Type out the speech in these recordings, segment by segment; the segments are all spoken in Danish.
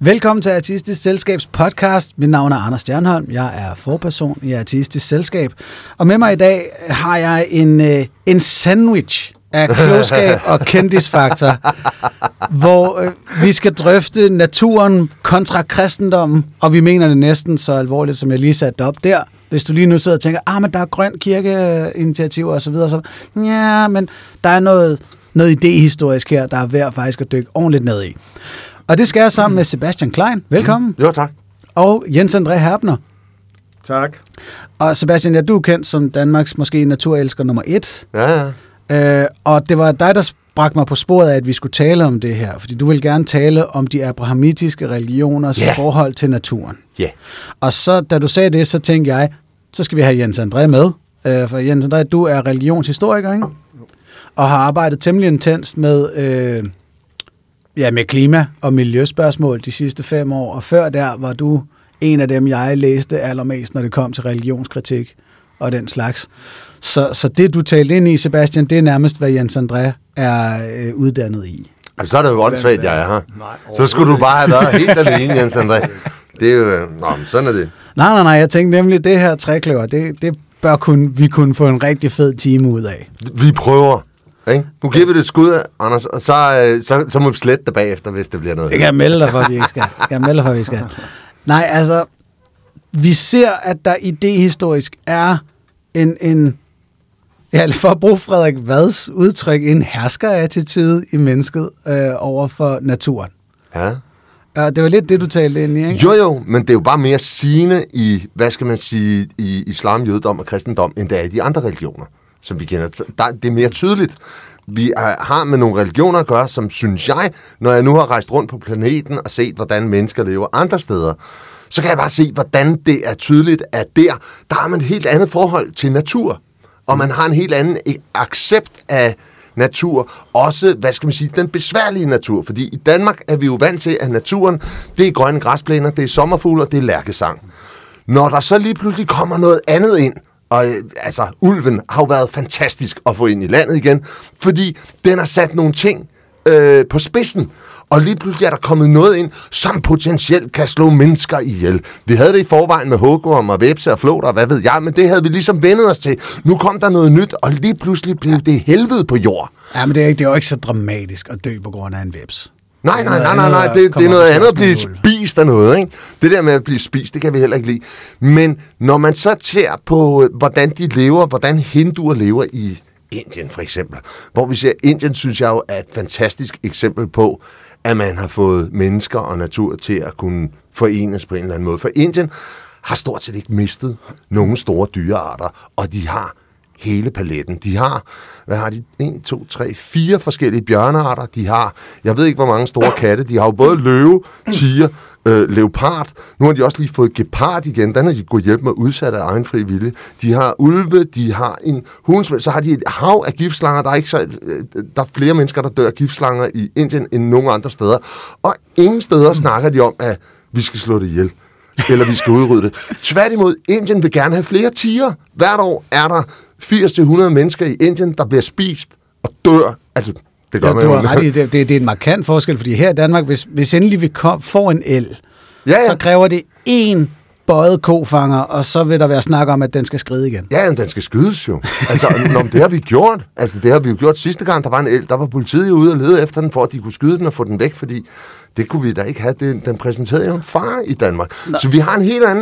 Velkommen til Artistisk Selskabs podcast. Mit navn er Anders Stjernholm. Jeg er forperson i Artistisk Selskab. Og med mig i dag har jeg en sandwich af klogskab og kendisfaktor, hvor vi skal drøfte naturen kontra kristendommen, og vi mener det næsten så alvorligt, som jeg lige satte op der. Hvis du lige nu sidder og tænker, men der er grøn kirkeinitiativer osv., så ja, men der er noget idehistorisk her, der er værd faktisk at dykke ordentligt ned i. Og det skal jeg sammen med Sebastian Klein. Velkommen. Jo, tak. Og Jens André Herbner. Tak. Og Sebastian, ja, du er kendt som Danmarks måske naturelsker nummer 1. Ja. Og det var dig, der bragte mig på sporet af, at vi skulle tale om det her. Fordi du vil gerne tale om de abrahamitiske religioners forhold til naturen. Ja. Og så, da du sagde det, så tænkte jeg, så skal vi have Jens André med. For Jens André, du er religionshistoriker, ikke? Og har arbejdet temmelig intenst med med klima- og miljøspørgsmål de sidste 5 år. Og før der var du en af dem, jeg læste allermest, når det kom til religionskritik og den slags. Så det, du talte ind i, Sebastian, det er nærmest, hvad Jens André er uddannet i. Jamen, så er det jo åndssvagt, jeg er her. Så skulle du bare have været helt alene, Jens André. Det er jo... sådan er det. Nej, jeg tænkte nemlig, det her trækløver, det bør vi kunne få en rigtig fed time ud af. Vi prøver. Ikke? Nu giver vi det et skud, Anders, og så må vi slette det bagefter, hvis det bliver noget. Det kan jeg melde dig for, at vi skal. Nej, altså, vi ser, at der idehistorisk er for at bruge Frederik Vads udtryk, en herskerattitude i mennesket over for naturen. Ja. Det var lidt det, du talte ind i, ikke? Jo, men det er jo bare mere sigende i, hvad skal man sige, i islam, jødedom og kristendom, end det er i de andre religioner, som vi kender. Det er mere tydeligt. Vi har med nogle religioner at gøre, som synes jeg, når jeg nu har rejst rundt på planeten og set, hvordan mennesker lever andre steder, så kan jeg bare se, hvordan det er tydeligt, at der har man et helt andet forhold til natur. Og man har en helt anden accept af natur. Også, hvad skal man sige, den besværlige natur. Fordi i Danmark er vi jo vant til, at naturen, det er grønne græsplæner, det er sommerfugler, det er lærkesang. Når der så lige pludselig kommer noget andet ind, og altså, ulven har jo været fantastisk at få ind i landet igen, fordi den har sat nogle ting på spidsen, og lige pludselig er der kommet noget ind, som potentielt kan slå mennesker ihjel. Vi havde det i forvejen med hugorm og vepse og flåter, og hvad ved jeg, men det havde vi ligesom vendet os til. Nu kom der noget nyt, og lige pludselig blev det helvede på jord. Ja, men det er jo ikke så dramatisk at dø på grund af en veps. Nej, det er noget andet at blive spist af noget, ikke? Det der med at blive spist, det kan vi heller ikke lide. Men når man så ser på, hvordan de lever, hvordan hinduer lever i Indien for eksempel, hvor vi ser, Indien synes jeg jo er et fantastisk eksempel på, at man har fået mennesker og natur til at kunne forenes på en eller anden måde. For Indien har stort set ikke mistet nogle store dyrearter, og de har hele paletten. De har, 4 forskellige bjørnearter. De har, jeg ved ikke hvor mange store katte. De har jo både løve, tiger, leopard. Nu har de også lige fået gepard igen. Den har de gået hjælp med udsat af egen fri vilje. De har ulve, de har en hundsmæld, så har de et hav af giftslanger. Der er flere mennesker, der dør af giftslanger i Indien end nogen andre steder. Og ingen steder snakker de om, at vi skal slå det ihjel. Eller vi skal udrydde det. Tværtimod, Indien vil gerne have flere tiger. Hvert år er der 80-100 mennesker i Indien, der bliver spist og dør. Altså, det gør man jo. Det er en markant forskel, fordi her i Danmark, hvis endelig vi får en el, så kræver det 1 bøjet kofanger, og så vil der være snak om, at den skal skride igen. Ja, men den skal skydes jo. Altså, det har vi gjort. Altså, det har vi jo gjort sidste gang, der var en el. Der var politiet ude og lede efter den, for at de kunne skyde den og få den væk, fordi det kunne vi da ikke have. Den præsenterede jo en fare i Danmark. Nå. Så vi har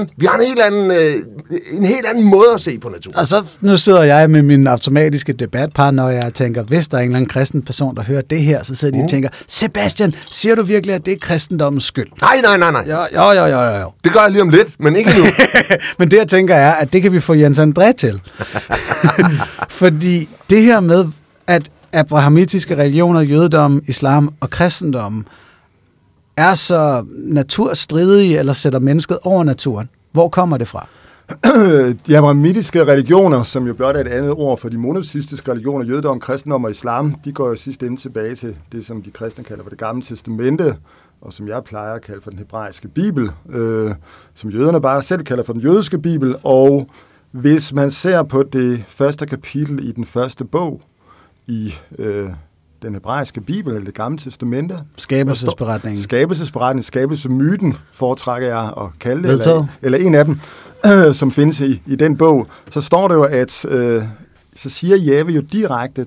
en helt anden måde at se på naturen. Og så nu sidder jeg med min automatiske debatpartner, og jeg tænker, hvis der er en eller anden kristen person, der hører det her, så sidder de og tænker, Sebastian, siger du virkelig, at det er kristendommens skyld? Nej. Jo. Det gør jeg lige om lidt, men ikke nu. Men det, jeg tænker, er, at det kan vi få Jens André til. Fordi det her med, at abrahamitiske religioner, jødedom, islam og kristendom er så naturstridige, eller sætter mennesket over naturen. Hvor kommer det fra? De abrahamitiske religioner, som jo blot er et andet ord for de monoteistiske religioner, jødedom, kristendom og islam, de går jo sidst ende tilbage til det, som de kristne kalder for det gamle testamente, og som jeg plejer at kalde for den hebraiske bibel, som jøderne bare selv kalder for den jødiske bibel. Og hvis man ser på det første kapitel i den første bog i den hebraiske bibel, eller det gamle testamente. Skabelsesberetningen. Skabelsesmyten foretrækker jeg at kalde det, eller en af dem, som findes i den bog. Så står det jo, at så siger Jahve jo direkte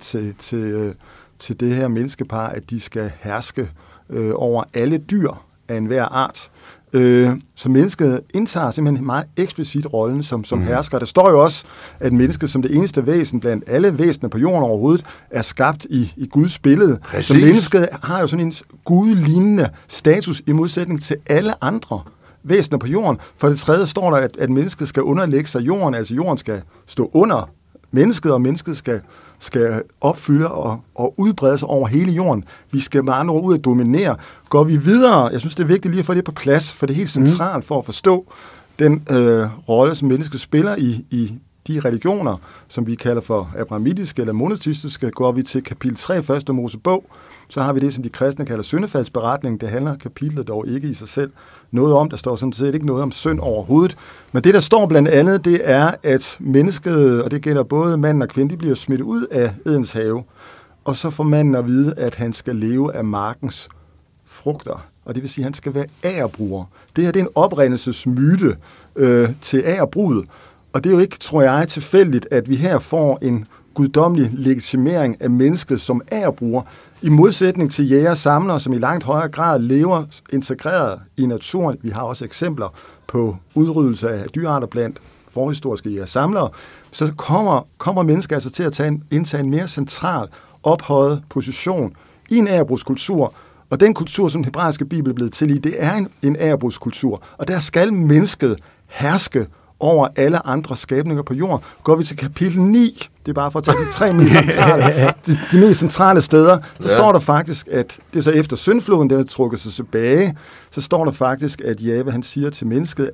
til det her menneskepar, at de skal herske over alle dyr af enhver art. Så mennesket indtager simpelthen en meget eksplicit rollen som hersker. Der står jo også, at mennesket som det eneste væsen blandt alle væsener på jorden overhovedet er skabt i Guds billede. Præcis. Så mennesket har jo sådan en gudlignende status i modsætning til alle andre væsener på jorden. For det tredje står der, at mennesket skal underlægge sig jorden, altså jorden skal stå under mennesket, og mennesket skal opfylde og udbrede sig over hele jorden. Vi skal med andre ord ud og dominere. Går vi videre, jeg synes, det er vigtigt lige at få det på plads, for det er helt centralt for at forstå den rolle, som mennesket spiller i de religioner, som vi kalder for abrahamitiske eller monoteistiske. Går vi til kapitel 3, 1. Mosebog, så har vi det, som de kristne kalder syndefaldsberetningen. Det handler kapitlet dog ikke i sig selv noget om. Der står sådan set ikke noget om synd overhovedet. Men det, der står blandt andet, det er, at mennesket, og det gælder både mand og kvinde, de bliver smidt ud af Edens have. Og så får manden at vide, at han skal leve af markens frugter. Og det vil sige, at han skal være agerbruger. Det her, det er en oprindelsesmyte til agerbruget. Og det er jo ikke, tror jeg, tilfældigt, at vi her får en guddommelig legitimering af mennesket som agerbruger, i modsætning til jæger-samlere, som i langt højere grad lever integreret i naturen. Vi har også eksempler på udryddelse af dyrearter blandt forhistoriske jæger-samlere. Så kommer mennesker altså til at indtage en mere central, ophøjet position i en agerbrugskultur. Og den kultur, som den hebraiske bibel er blevet til i, det er en agerbrugskultur. Og der skal mennesket herske over alle andre skabninger på jorden. Går vi til kapitel 9, det er bare for at tage de tre mest centrale, de mest centrale steder, så står der faktisk, at det er så efter syndfloden, den er trukket sig tilbage, så står der faktisk, at Jahve, han siger til mennesket,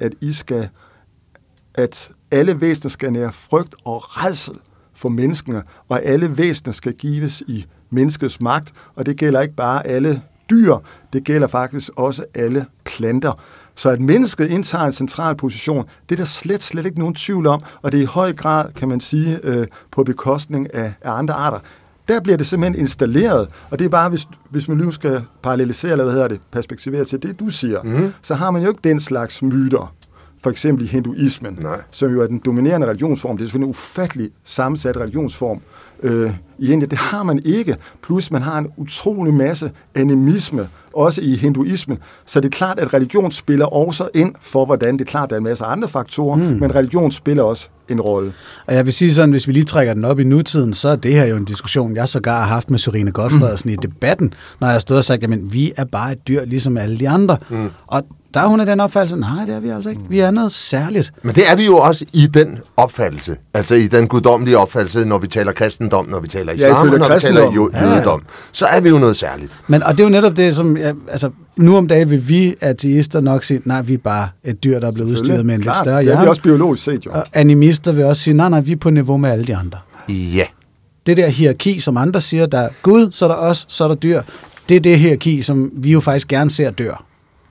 at alle væsener skal nære frygt og rædsel for menneskene, og alle væsener skal gives i menneskets magt, og det gælder ikke bare alle dyr, det gælder faktisk også alle planter. Så at mennesket indtager en central position, det er der slet ikke nogen tvivl om, og det er i høj grad, kan man sige, på bekostning af andre arter. Der bliver det simpelthen installeret, og det er bare, hvis man nu skal parallelisere, eller perspektivere til det, du siger, så har man jo ikke den slags myter, for eksempel i hinduismen, som jo er den dominerende religionsform. Det er selvfølgelig en ufattelig sammensat religionsform i Indien. Det har man ikke. Plus man har en utrolig masse animisme, også i hinduismen. Så det er klart, at religion spiller også ind for, hvordan det er klart, der er en masse andre faktorer, men religion spiller også en rolle. Og jeg vil sige sådan, hvis vi lige trækker den op i nutiden, så er det her jo en diskussion, jeg sågar har haft med Sørine Gotfredsen i debatten, når jeg har stået og sagt, jamen vi er bare et dyr, ligesom alle de andre. Og der er hun af den opfattelse, nej, det er vi altså ikke. Vi er noget særligt. Men det er vi jo også i den opfattelse, altså i den guddommelige opfattelse, når vi taler kristendom, når vi taler islam, og når vi taler jødedom, så er vi jo noget særligt. Men, og det er jo netop det, som, altså nu om dagen vil vi ateister nok sige, nej, vi er bare et dyr, der er blevet udstyret med en lidt større hjerne. Det er vi også biologisk set, jo. Og animister vil også sige, nej, vi er på niveau med alle de andre. Ja. Det der hierarki, som andre siger, der er Gud, så er der os, så er der dyr, det er det hierarki, som vi jo faktisk gerne ser dør.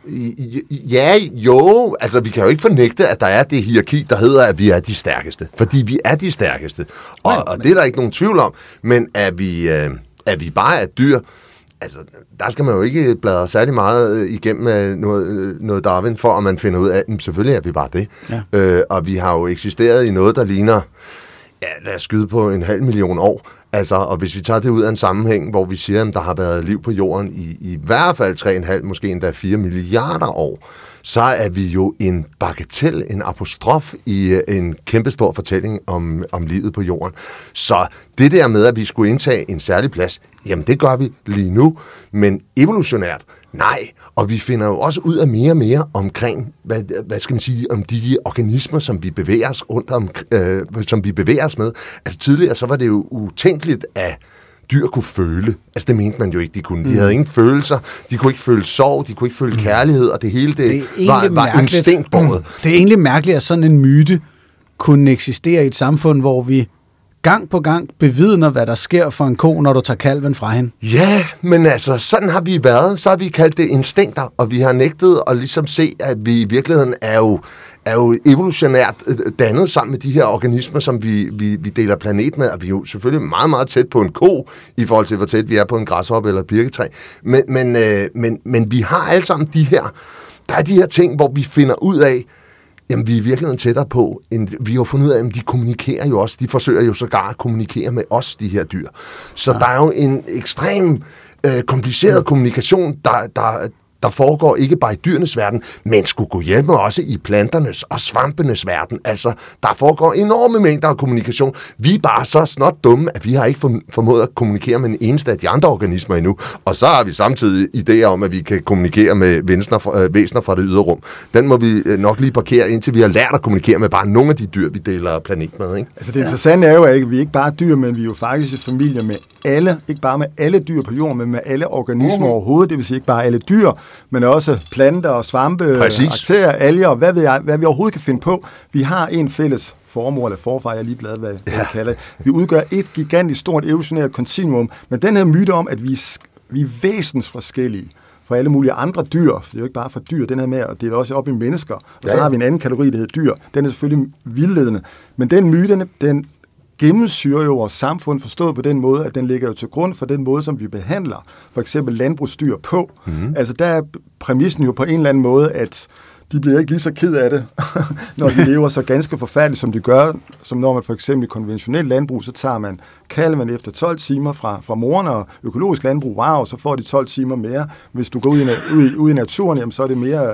Ja, jo, altså vi kan jo ikke fornægte, at der er det hierarki, der hedder, at vi er de stærkeste. Fordi vi er de stærkeste. Og det er der ikke nogen tvivl om. Men at vi bare er dyr, altså der skal man jo ikke bladre særlig meget igennem noget Darwin, for at man finder ud af, at selvfølgelig er vi bare det. Ja. Og vi har jo eksisteret i noget, der ligner, ja, lad os skyde på 500.000 år. Altså, og hvis vi tager det ud af en sammenhæng, hvor vi siger, at der har været liv på jorden i hvert fald 3,5, måske endda 4 milliarder år, så er vi jo en bagatel, en apostrof i en kæmpestor fortælling om livet på jorden. Så det der med, at vi skulle indtage en særlig plads, jamen det gør vi lige nu, men evolutionært, nej. Og vi finder jo også ud af mere og mere omkring, hvad skal man sige, om de organismer, som vi bevæger os rundt om, som vi bevæger os med. Altså tidligere, så var det jo utænkeligt, at dyr kunne føle. Altså det mente man jo ikke, de kunne. De havde ingen følelser, de kunne ikke føle sorg, de kunne ikke føle kærlighed, og det hele det var instinktbåret. Det er egentlig mærkeligt, at sådan en myte kunne eksistere i et samfund, hvor vi gang på gang bevidner, hvad der sker for en ko, når du tager kalven fra hende. Ja, men altså, sådan har vi været. Så har vi kaldt det instinkter, og vi har nægtet at ligesom se, at vi i virkeligheden er jo evolutionært dannet sammen med de her organismer, som vi deler planet med, og vi er jo selvfølgelig meget, meget tæt på en ko, i forhold til, hvor tæt vi er på en græshoppe eller et birketræ. Men vi har alle sammen der er de her ting, hvor vi finder ud af, jamen, vi er i virkeligheden tættere på. Vi har fundet ud af, at de kommunikerer jo også. De forsøger jo sågar at kommunikere med os, de her dyr. Så der er jo en ekstrem kompliceret kommunikation, der foregår ikke bare i dyrenes verden, men skulle gå hjemme også i planternes og svampenes verden. Altså, der foregår enorme mængder af kommunikation. Vi er bare så snot dumme, at vi har ikke formået at kommunikere med den eneste af de andre organismer endnu. Og så har vi samtidig idéer om, at vi kan kommunikere med væsener fra det ydre rum. Den må vi nok lige parkere, indtil vi har lært at kommunikere med bare nogle af de dyr, vi deler planet med. Ikke? Altså det interessante er jo, at vi ikke bare er dyr, men vi er jo faktisk i familie med alle, ikke bare med alle dyr på jorden, men med alle organismer overhovedet. Det vil sige ikke bare alle dyr, men også planter og svampe, bakterier, alger, og hvad vi overhovedet kan finde på. Vi har en fælles formor eller forfar, jeg er ligeglad, hvad jeg kalder det. Vi udgør et gigantisk stort evolutionært kontinuum, men den her myte om, at vi er væsensforskellige fra alle mulige andre dyr, for det er jo ikke bare for dyr, den her med at dele også op i mennesker, og så har vi en anden kategori, der hedder dyr. Den er selvfølgelig vildledende, men den myte, den gennemsyrer jo vores samfund, forstået på den måde, at den ligger jo til grund for den måde, som vi behandler for eksempel landbrugsdyr på. Altså der er præmissen jo på en eller anden måde, at de bliver ikke lige så ked af det, når de lever så ganske forfærdeligt, som de gør, som når man for eksempel i konventionelt landbrug, så tager man kalven efter 12 timer fra moren, og økologisk landbrug, wow, så får de 12 timer mere. Hvis du går ud i naturen, jamen, så er det mere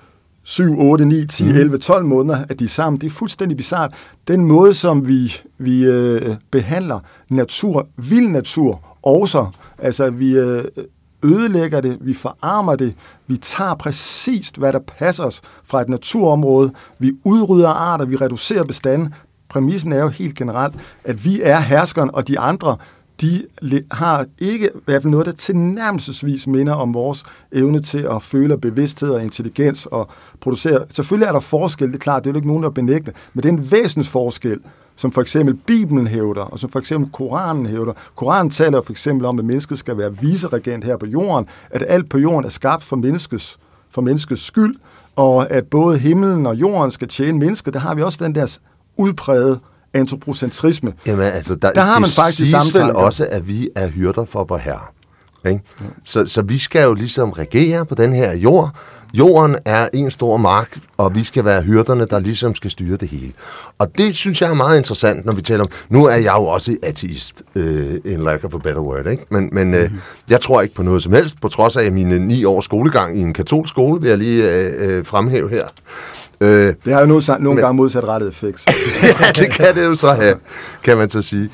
7, 8, 9, 10, 11, 12 måneder, at de er sammen. Det er fuldstændig bizart. Den måde, som vi behandler natur, vild natur også, altså vi ødelægger det, vi forarmer det, vi tager præcist, hvad der passer os fra et naturområde, vi udrydder arter, vi reducerer bestanden. Præmissen er jo helt generelt, at vi er herskeren, og de andre, de har ikke i hvert fald noget, der tilnærmelsesvis minder om vores evne til at føle bevidsthed og intelligens og producere. Selvfølgelig er der forskel, det er klart, det er jo ikke nogen, der benægter, men det er en væsensforskel, som for eksempel Bibelen hævder, og som for eksempel Koranen hævder. Koranen taler for eksempel om, at mennesket skal være viceregent her på jorden, at alt på jorden er skabt for menneskets skyld, og at både himlen og jorden skal tjene mennesket. Der har vi også den der udprægede antropocentrisme. Jamen altså, der har man faktisk siges vel også, at vi er hyrder for vor herre. Ikke? Så vi skal jo ligesom regere på den her jord. Jorden er en stor mark, og vi skal være hyrderne, der ligesom skal styre det hele. Og det synes jeg er meget interessant, når vi taler om... Nu er jeg jo også ateist, in lack of a better word, ikke? Men jeg tror ikke på noget som helst, på trods af mine 9 års skolegang i en katolsk skole, vil jeg lige fremhæve her. Det har jo nogle gange modsatrettet effekt. Ja, det kan det jo så have, kan man så sige.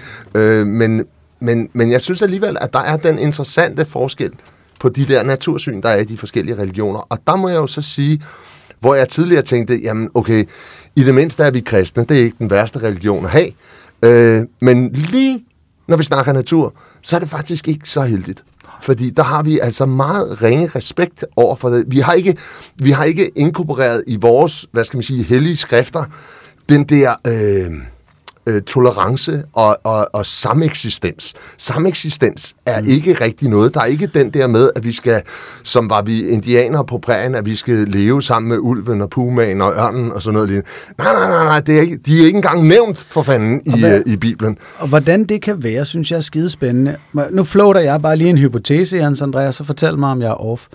Men jeg synes alligevel, at der er den interessante forskel på de der natursyn, der er i de forskellige religioner. Og der må jeg jo så sige, hvor jeg tidligere tænkte, jamen okay, i det mindste er vi kristne, det er ikke den værste religion at have. Men lige når vi snakker natur, så er det faktisk ikke så heldigt. Fordi der har vi altså meget ringe respekt over for det. Vi har ikke inkorporeret i vores, hellige skrifter, den der tolerance og sameksistens. Sameksistens er ikke rigtig noget. Der er ikke den der med, at vi skal, som var vi indianere på prærien, at vi skal leve sammen med ulven og pumaen og ørnen og sådan noget lignende. Nej, det er ikke, de er ikke engang nævnt for fanden i Bibelen. Og hvordan det kan være, synes jeg er skidespændende. Nu floater jeg bare lige en hypotese, Hans Andreas, så fortæl mig, om jeg er off.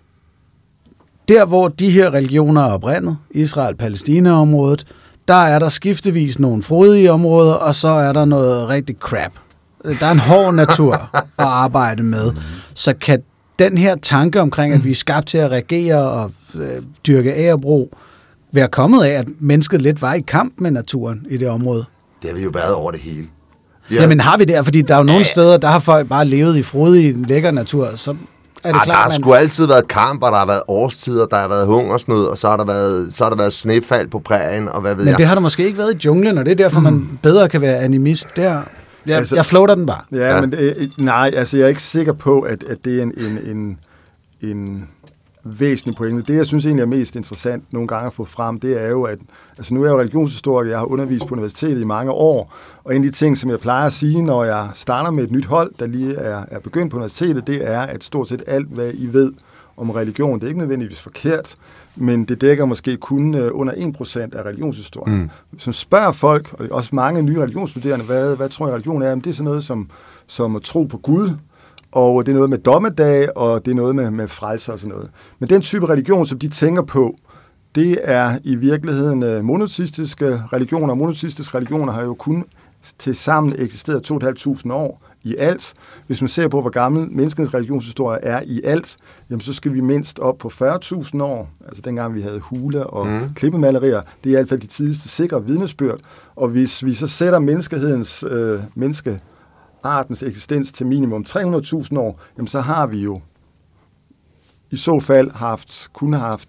Der, hvor de her religioner er oprindet, Israel-Palæstina-området, der er der skiftevis nogle frodige områder, og så er der noget rigtig crap. Der er en hård natur at arbejde med. Så kan den her tanke omkring, at vi er skabt til at reagere og dyrke agerbrug, være kommet af, at mennesket lidt var i kamp med naturen i det område? Det har vi jo været over det hele. Jamen har vi det? Fordi der er jo nogle steder, der har folk bare levet i frodig, lækker natur, så... Der har sgu altid været kamp, og der har været årstider, der har været hungersnød, og så har der været snefald på prærien, og hvad ved jeg. Men det har der måske ikke været i junglen, og det er derfor, man bedre kan være animist der. Jeg floater den bare. Ja. Men jeg er ikke sikker på, at det er en væsentlige pointe. Det, jeg synes egentlig er mest interessant nogle gange at få frem, det er jo, at altså nu er jeg jo religionshistoriker, jeg har undervist på universitetet i mange år, og en af de ting, som jeg plejer at sige, når jeg starter med et nyt hold, der lige er begyndt på universitetet, det er, at stort set alt, hvad I ved om religion, det er ikke nødvendigvis forkert, men det dækker måske kun under 1% af religionshistorien. Som spørger folk, og også mange nye religionsstuderende, hvad tror jeg religion er? Jamen, det er sådan noget som at tro på Gud, og det er noget med dommedag, og det er noget med frelse og sådan noget. Men den type religion, som de tænker på, det er i virkeligheden monoteistiske religioner. Monoteistiske religioner har jo kun til sammen eksisteret 2.500 år i alt. Hvis man ser på, hvor gammel menneskets religionshistorie er i alt, jamen så skal vi mindst op på 40.000 år. Altså dengang vi havde huler og klippemalerier. Det er i hvert fald de tidligste sikre vidnesbyrd. Og hvis vi så sætter menneskeartens eksistens til minimum 300.000 år, jamen så har vi jo i så fald kun haft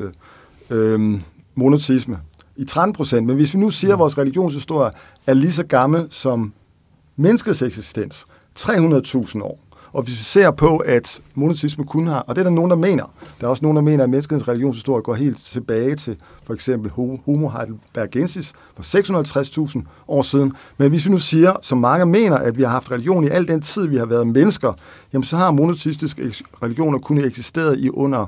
monoteisme i 13%. Men hvis vi nu siger, at vores religionshistorie er lige så gammel som menneskets eksistens, 300.000 år, og hvis vi ser på, at monoteisme kun har, og det er der nogen, der mener, der er også nogen, der mener, at menneskets religionshistorie går helt tilbage til for eksempel Homo heidelbergensis for 650.000 år siden. Men hvis vi nu siger, som mange mener, at vi har haft religion i al den tid, vi har været mennesker, jamen så har monoteistiske religioner kun eksisteret i under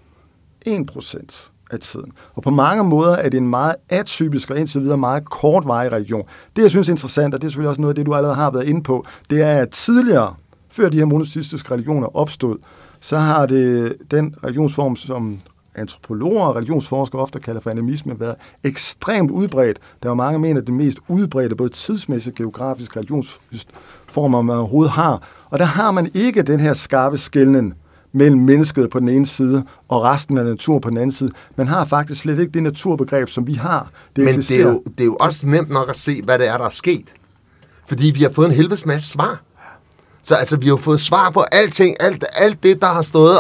1% af tiden. Og på mange måder er det en meget atypisk og indtil videre meget kortvarig religion. Det, jeg synes er interessant, og det er selvfølgelig også noget af det, du allerede har været inde på, det er, at tidligere, før de her monoteistiske religioner opstod, så har det den religionsform, som antropologer og religionsforskere ofte kalder for animisme, været ekstremt udbredt. Der er mange, der mener, at det mest udbredte, både tidsmæssigt og geografisk religionsformer, man overhovedet har. Og der har man ikke den her skarpe skelnen mellem mennesket på den ene side og resten af naturen på den anden side. Man har faktisk slet ikke det naturbegreb, som vi har. Men det er jo også nemt nok at se, hvad det er, der er sket. Fordi vi har fået en helvedes masse svar. Så altså, vi har fået svar på alting, alt det, der har stået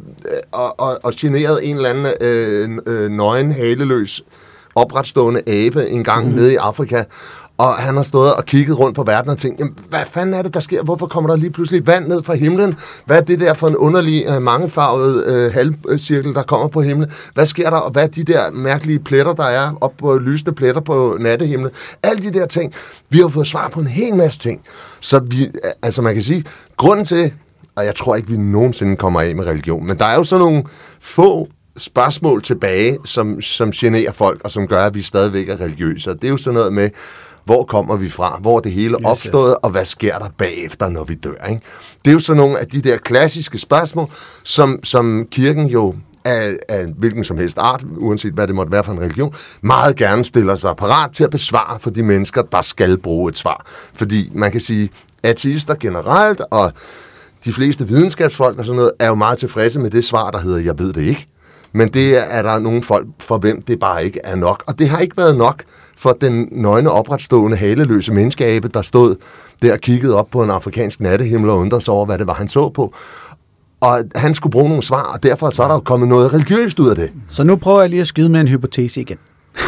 og generet en eller anden nøgen, haleløs, opretstående abe en gang nede i Afrika. Og han har stået og kigget rundt på verden og tænkt, jamen, hvad fanden er det, der sker? Hvorfor kommer der lige pludselig vand ned fra himlen? Hvad er det der for en underlig, mangefarvet halvcirkel, der kommer på himlen? Hvad sker der? Og hvad er de der mærkelige pletter, der er op på lysende pletter på nattehimlen? Alle de der ting. Vi har fået svar på en hel masse ting. Så man kan sige, grunden til, og jeg tror ikke, vi nogensinde kommer af med religion, men der er jo sådan nogle få spørgsmål tilbage, som generer folk, og som gør, at vi stadigvæk er religiøse. Og det er jo sådan noget med, hvor kommer vi fra? Hvor er det hele opstået? Og hvad sker der bagefter, når vi dør? Ikke? Det er jo sådan nogle af de der klassiske spørgsmål, som kirken jo af hvilken som helst art, uanset hvad det måtte være for en religion, meget gerne stiller sig parat til at besvare for de mennesker, der skal bruge et svar. Fordi man kan sige, ateister generelt, og de fleste videnskabsfolk og sådan noget, er jo meget tilfredse med det svar, der hedder, jeg ved det ikke. Men det er der nogle folk, for hvem det bare ikke er nok. Og det har ikke været nok for den nøgne, opretstående, haleløse menneskeabe, der stod der og kiggede op på en afrikansk nattehimmel og undrede sig over, hvad det var, han så på. Og han skulle bruge nogle svar, og derfor så er der jo kommet noget religiøst ud af det. Så nu prøver jeg lige at skyde med en hypotese igen.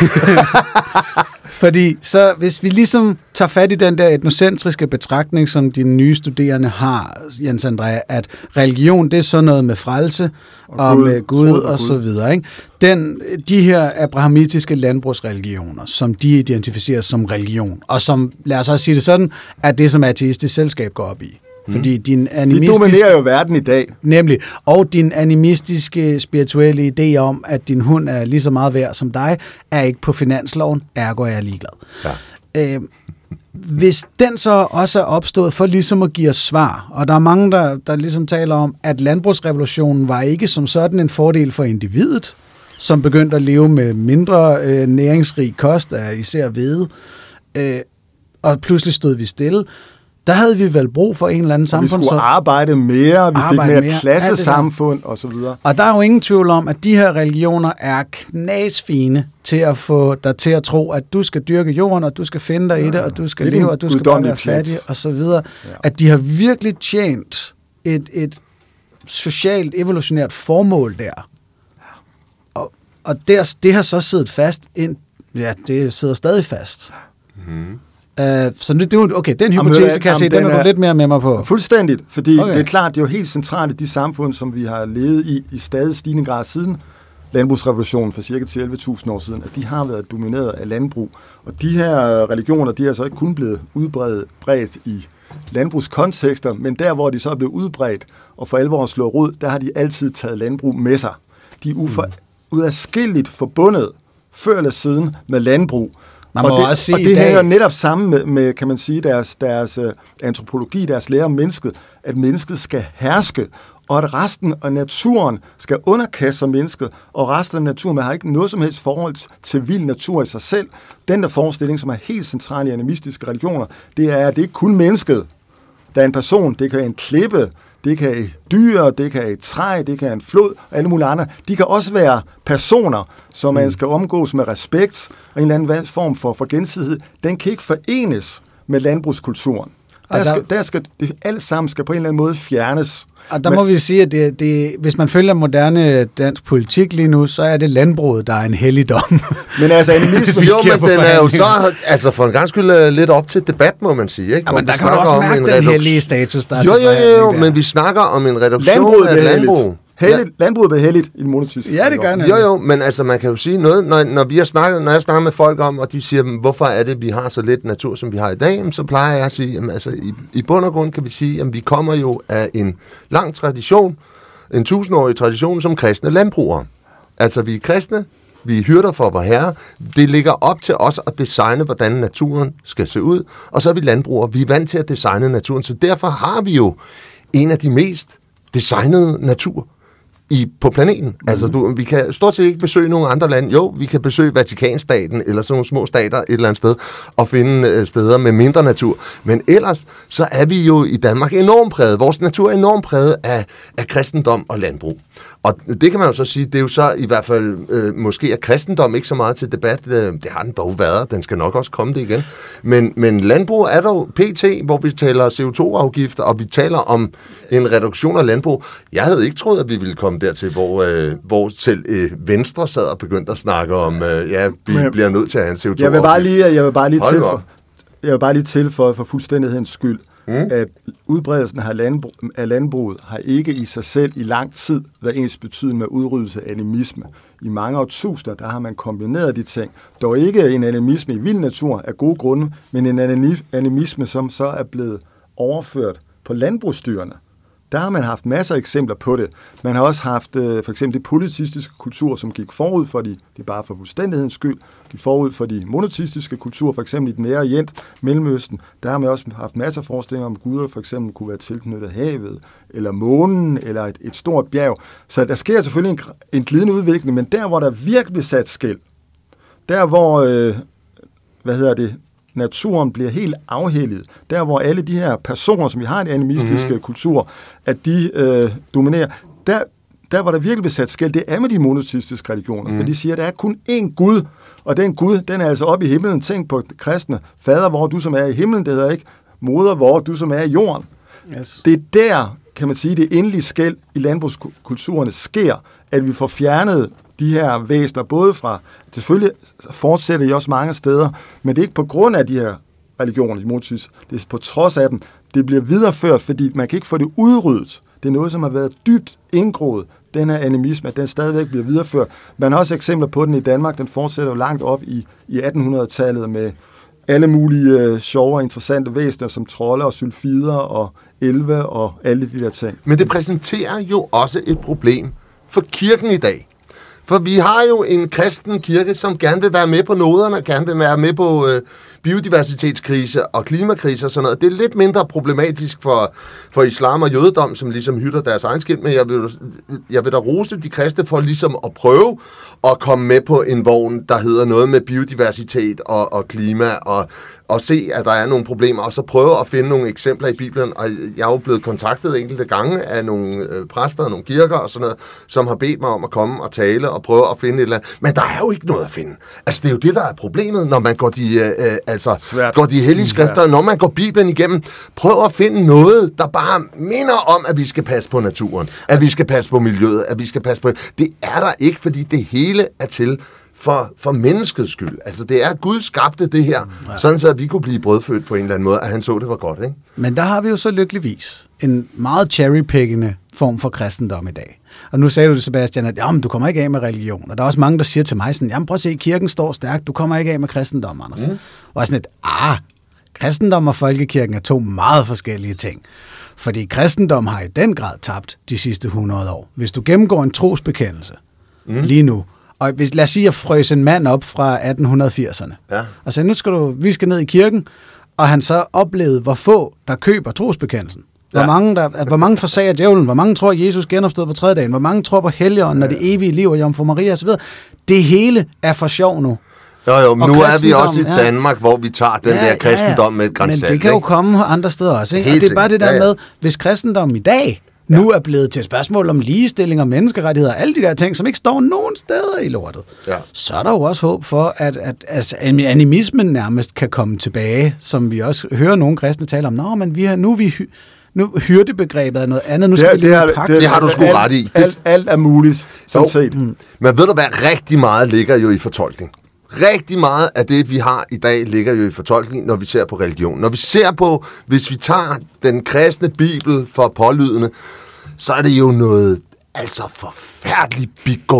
Fordi så hvis vi ligesom tager fat i den der etnocentriske betragtning, som de nye studerende har, Jens André, at religion, det er sådan noget med frelse og med Gud og så videre. Ikke? De her abrahamitiske landbrugsreligioner, som de identificerer som religion, og som, lad os også sige det sådan, er det, som ateistisk selskab går op i. Fordi din de dominerer jo verden i dag. Nemlig. Og din animistiske, spirituelle idé om, at din hund er lige så meget værd som dig, er ikke på finansloven, ergo er jeg ligeglad. Ja. Hvis den så også er opstået for ligesom at give os svar, og der er mange, der ligesom taler om, at landbrugsrevolutionen var ikke som sådan en fordel for individet, som begyndte at leve med mindre næringsrig kost af især hvede, og pludselig stod vi stille. Der havde vi vel brug for en eller anden samfund. Vi skulle arbejde mere, vi fik mere klassesamfund og så videre. Og der er jo ingen tvivl om, at de her religioner er knasfine til at få dig til at tro, at du skal dyrke jorden, og du skal finde dig i det, og du skal leve, og du skal bare være fattig, og så videre. Ja. At de har virkelig tjent et socialt, evolutionært formål der. Og det har så siddet fast, det sidder stadig fast. Så det er en hypotese, kan jeg se. Den er du lidt mere med mig på. Fuldstændigt, fordi det er klart, det er jo helt centralt i de samfund, som vi har levet i stadig stigende grad siden landbrugsrevolutionen for cirka 11.000 år siden, at de har været domineret af landbrug. Og de her religioner, de er så ikke kun blevet udbredt i landbrugskontekster, men der, hvor de så er blevet udbredt og for alvor slået rod, der har de altid taget landbrug med sig. De er uadskilligt forbundet før eller siden med landbrug. Og det hænger netop sammen med, kan man sige, deres antropologi, deres lære om mennesket, at mennesket skal herske, og at resten af naturen skal underkaste sig mennesket, og resten af naturen har ikke noget som helst forhold til vild natur i sig selv. Den der forestilling, som er helt central i animistiske religioner, det er, at det ikke kun mennesket, der er en person, det kan en klippe, det kan et dyr, det kan et træ, det kan en flod, og alle mulige andre. De kan også være personer, som man skal omgås med respekt, og en eller anden form for gensidighed. Den kan ikke forenes med landbrugskulturen. Der skal det alt sammen skal på en eller anden måde fjernes. Og der må vi sige, at hvis man følger moderne dansk politik lige nu, så er det landbruget, der er en helligdom. Men altså, men den er jo så altså for en gang skyld lidt op til debat, må man sige. Ikke? Ja, men der kan man også mærke den hellige status, der Jo, men vi snakker om en reduktion af landbrug. Landbruget er helligt i den monoteistiske. Ja, det gør det. Jo, men altså man kan jo sige noget, når jeg snakker med folk om, og de siger, hvorfor er det, vi har så lidt natur, som vi har i dag, så plejer jeg at sige, jamen, altså i bund og grund kan vi sige, at vi kommer jo af en lang tradition, en 1000-årig tradition som kristne landbrugere. Altså vi er kristne, vi er hyrder for vor herre, det ligger op til os at designe, hvordan naturen skal se ud, og så er vi landbrugere, vi er vant til at designe naturen, så derfor har vi jo en af de mest designede natur på planeten. Altså, vi kan stort set ikke besøge nogle andre lande. Jo, vi kan besøge Vatikanstaten eller sådan nogle små stater et eller andet sted og finde steder med mindre natur. Men ellers, så er vi jo i Danmark enormt præget. Vores natur er enormt præget af kristendom og landbrug. Og det kan man jo så sige, det er jo så i hvert fald, måske er kristendom ikke så meget til debat. Det har den dog været. Den skal nok også komme det igen. Men landbrug er der jo PT, hvor vi taler CO2-afgifter, og vi taler om en reduktion af landbrug. Jeg havde ikke troet, at vi ville komme dertil, hvor selv Venstre sad og begyndte at snakke om, vi bliver nødt til at have en CO2-afgift. Jeg vil bare lige tilføje for fuldstændighedens skyld, at udbredelsen af landbruget har ikke i sig selv i lang tid været ens betydende med udryddelse af animisme. I mange årtusinder, der har man kombineret de ting. Dog ikke en animisme i vild natur af gode grunde, men en animisme, som så er blevet overført på landbrugsdyrene. Der har man haft masser af eksempler på det. Man har også haft for eksempel de polyteistiske kulturer, som gik forud for det er bare for fuldstændighedens skyld, gik forud for de monoteistiske kulturer, for eksempel i den nære Orient, Mellemøsten. Der har man også haft masser af forestillinger om, guder for eksempel kunne være tilknyttet havet, eller månen, eller et stort bjerg. Så der sker selvfølgelig en glidende udvikling, men der, hvor der virkelig bliver sat skel, der hvor, naturen bliver helt afhelliget. Der, hvor alle de her personer, som vi har i de animistiske kulturer, at de dominerer, der hvor der virkelig bliver sat skel, det er med de monoteistiske religioner, for de siger, at der er kun én Gud, og den Gud, den er altså oppe i himlen. Tænk på kristne. Fader, hvor du som er i himlen, det hedder ikke. Moder, hvor du som er i jorden. Yes. Det er der, kan man sige, det endelige skel i landbrugskulturerne sker, at vi får fjernet de her væsener, både fra, selvfølgelig fortsætter de også mange steder, men det er ikke på grund af de her religioner, de monoteistiske, det er på trods af dem. Det bliver videreført, fordi man kan ikke få det udryddet. Det er noget, som har været dybt indgroet, den her animisme, at den stadigvæk bliver videreført. Man har også eksempler på den i Danmark, den fortsætter jo langt op i 1800-tallet med alle mulige sjove og interessante væsener, som trolde og sylfider og elve og alle de der ting. Men det præsenterer jo også et problem for kirken i dag. For vi har jo en kristen kirke, som gerne vil være med på noderne, gerne vil være med på biodiversitetskrise og klimakrise og sådan noget. Det er lidt mindre problematisk for islam og jødedom, som ligesom hytter deres egen skilt, men jeg vil da rose de kristne for ligesom at prøve at komme med på en vogn, der hedder noget med biodiversitet og klima, og se, at der er nogle problemer, og så prøve at finde nogle eksempler i Bibelen. Og jeg er jo blevet kontaktet enkelte gange af nogle præster og nogle kirker og sådan noget, som har bedt mig om at komme og tale og prøve at finde et eller andet. Men der er jo ikke noget at finde. Altså, det er jo det, der er problemet, når man går de hellige skrifter, når man går Bibelen igennem. Prøv at finde noget, der bare minder om, at vi skal passe på naturen, at vi skal passe på miljøet, at vi skal passe på... Det er der ikke, fordi det hele er til for menneskets skyld. Altså, det er Gud skabte det her, sådan så vi kunne blive brødfødt på en eller anden måde, at han så, det var godt, ikke? Men der har vi jo så lykkeligvis en meget cherrypickende form for kristendom i dag. Og nu sagde du det, Sebastian, at jamen, du kommer ikke af med religion. Og der er også mange, der siger til mig sådan, jamen prøv at se, kirken står stærkt, du kommer ikke af med kristendom, Anders. Og sådan et, kristendom og folkekirken er to meget forskellige ting. Fordi kristendom har i den grad tabt de sidste 100 år. Hvis du gennemgår en trosbekendelse lige nu, og lad os sige, at jeg frøs en mand op fra 1880'erne, og sagde, vi skal ned i kirken, og han så oplevede, hvor få der køber trosbekendelsen. Hvor mange forsager djævlen, hvor mange tror, at Jesus genopstod på tredje dagen, hvor mange tror på Helligånden og det evige liv og Jomfru Maria osv. Det hele er for sjov nu. Jo, men nu er vi også i Danmark, hvor vi tager den der kristendom med et grænsalt. Men det kan jo komme andre steder også, ikke? Og det er bare det der med, hvis kristendom i dag nu er blevet til et spørgsmål om ligestilling og menneskerettigheder og alle de der ting, som ikke står nogen steder i lortet, så er der jo også håb for, at animismen nærmest kan komme tilbage, som vi også hører nogle kristne tale om. Nå, men nu hyrdebegrebet er noget andet. Nu skal det har du sgu ret i. Alt er muligt, sådan set. Men ved du hvad, rigtig meget ligger jo i fortolkning. Rigtig meget af det, vi har i dag, ligger jo i fortolkning, når vi ser på religion. Når vi ser på, hvis vi tager den kristne bibel for pålydende, så er det jo noget altså forfærdeligt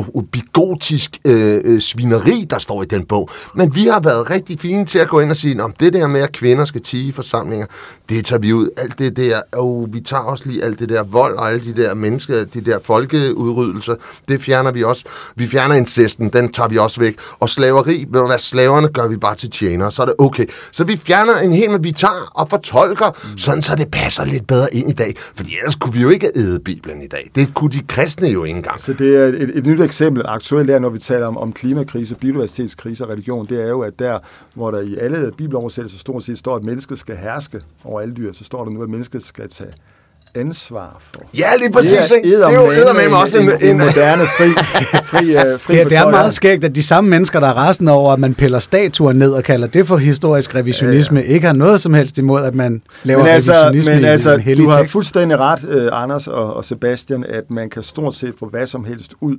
bigotisk svineri, der står i den bog. Men vi har været rigtig fine til at gå ind og sige, om det der med, at kvinder skal tie i forsamlinger, det tager vi ud. Alt det der, vi tager også lige alt det der vold og alle de der mennesker, de der folkeudryddelser, det fjerner vi også. Vi fjerner incesten, den tager vi også væk. Og slaveri, ved du hvad, slaverne gør vi bare til tjenere, så er det okay. Så vi fjerner en hel, men vi tager og fortolker, sådan så det passer lidt bedre ind i dag. Fordi ellers kunne vi jo ikke æde Bibelen i dag. Det kunne de kristne jo ikke engang. Så det er et nyt eksempel aktuelt der, når vi taler om klimakrise, biodiversitetskrise og religion, det er jo, at der, hvor der i alle bibeloversættelser stort set står, at mennesket skal herske over alle dyr, så står der nu, at mennesket skal tage ansvar for. Ja, lige præcis. Det er jo eddermame også en moderne fri det er meget skægt, at de samme mennesker, der er rasende over, at man piller statuer ned og kalder det for historisk revisionisme, ikke har noget som helst imod, at man laver revisionisme i en hellig tekst. Du har fuldstændig ret, Anders og Sebastian, at man kan stort set få hvad som helst ud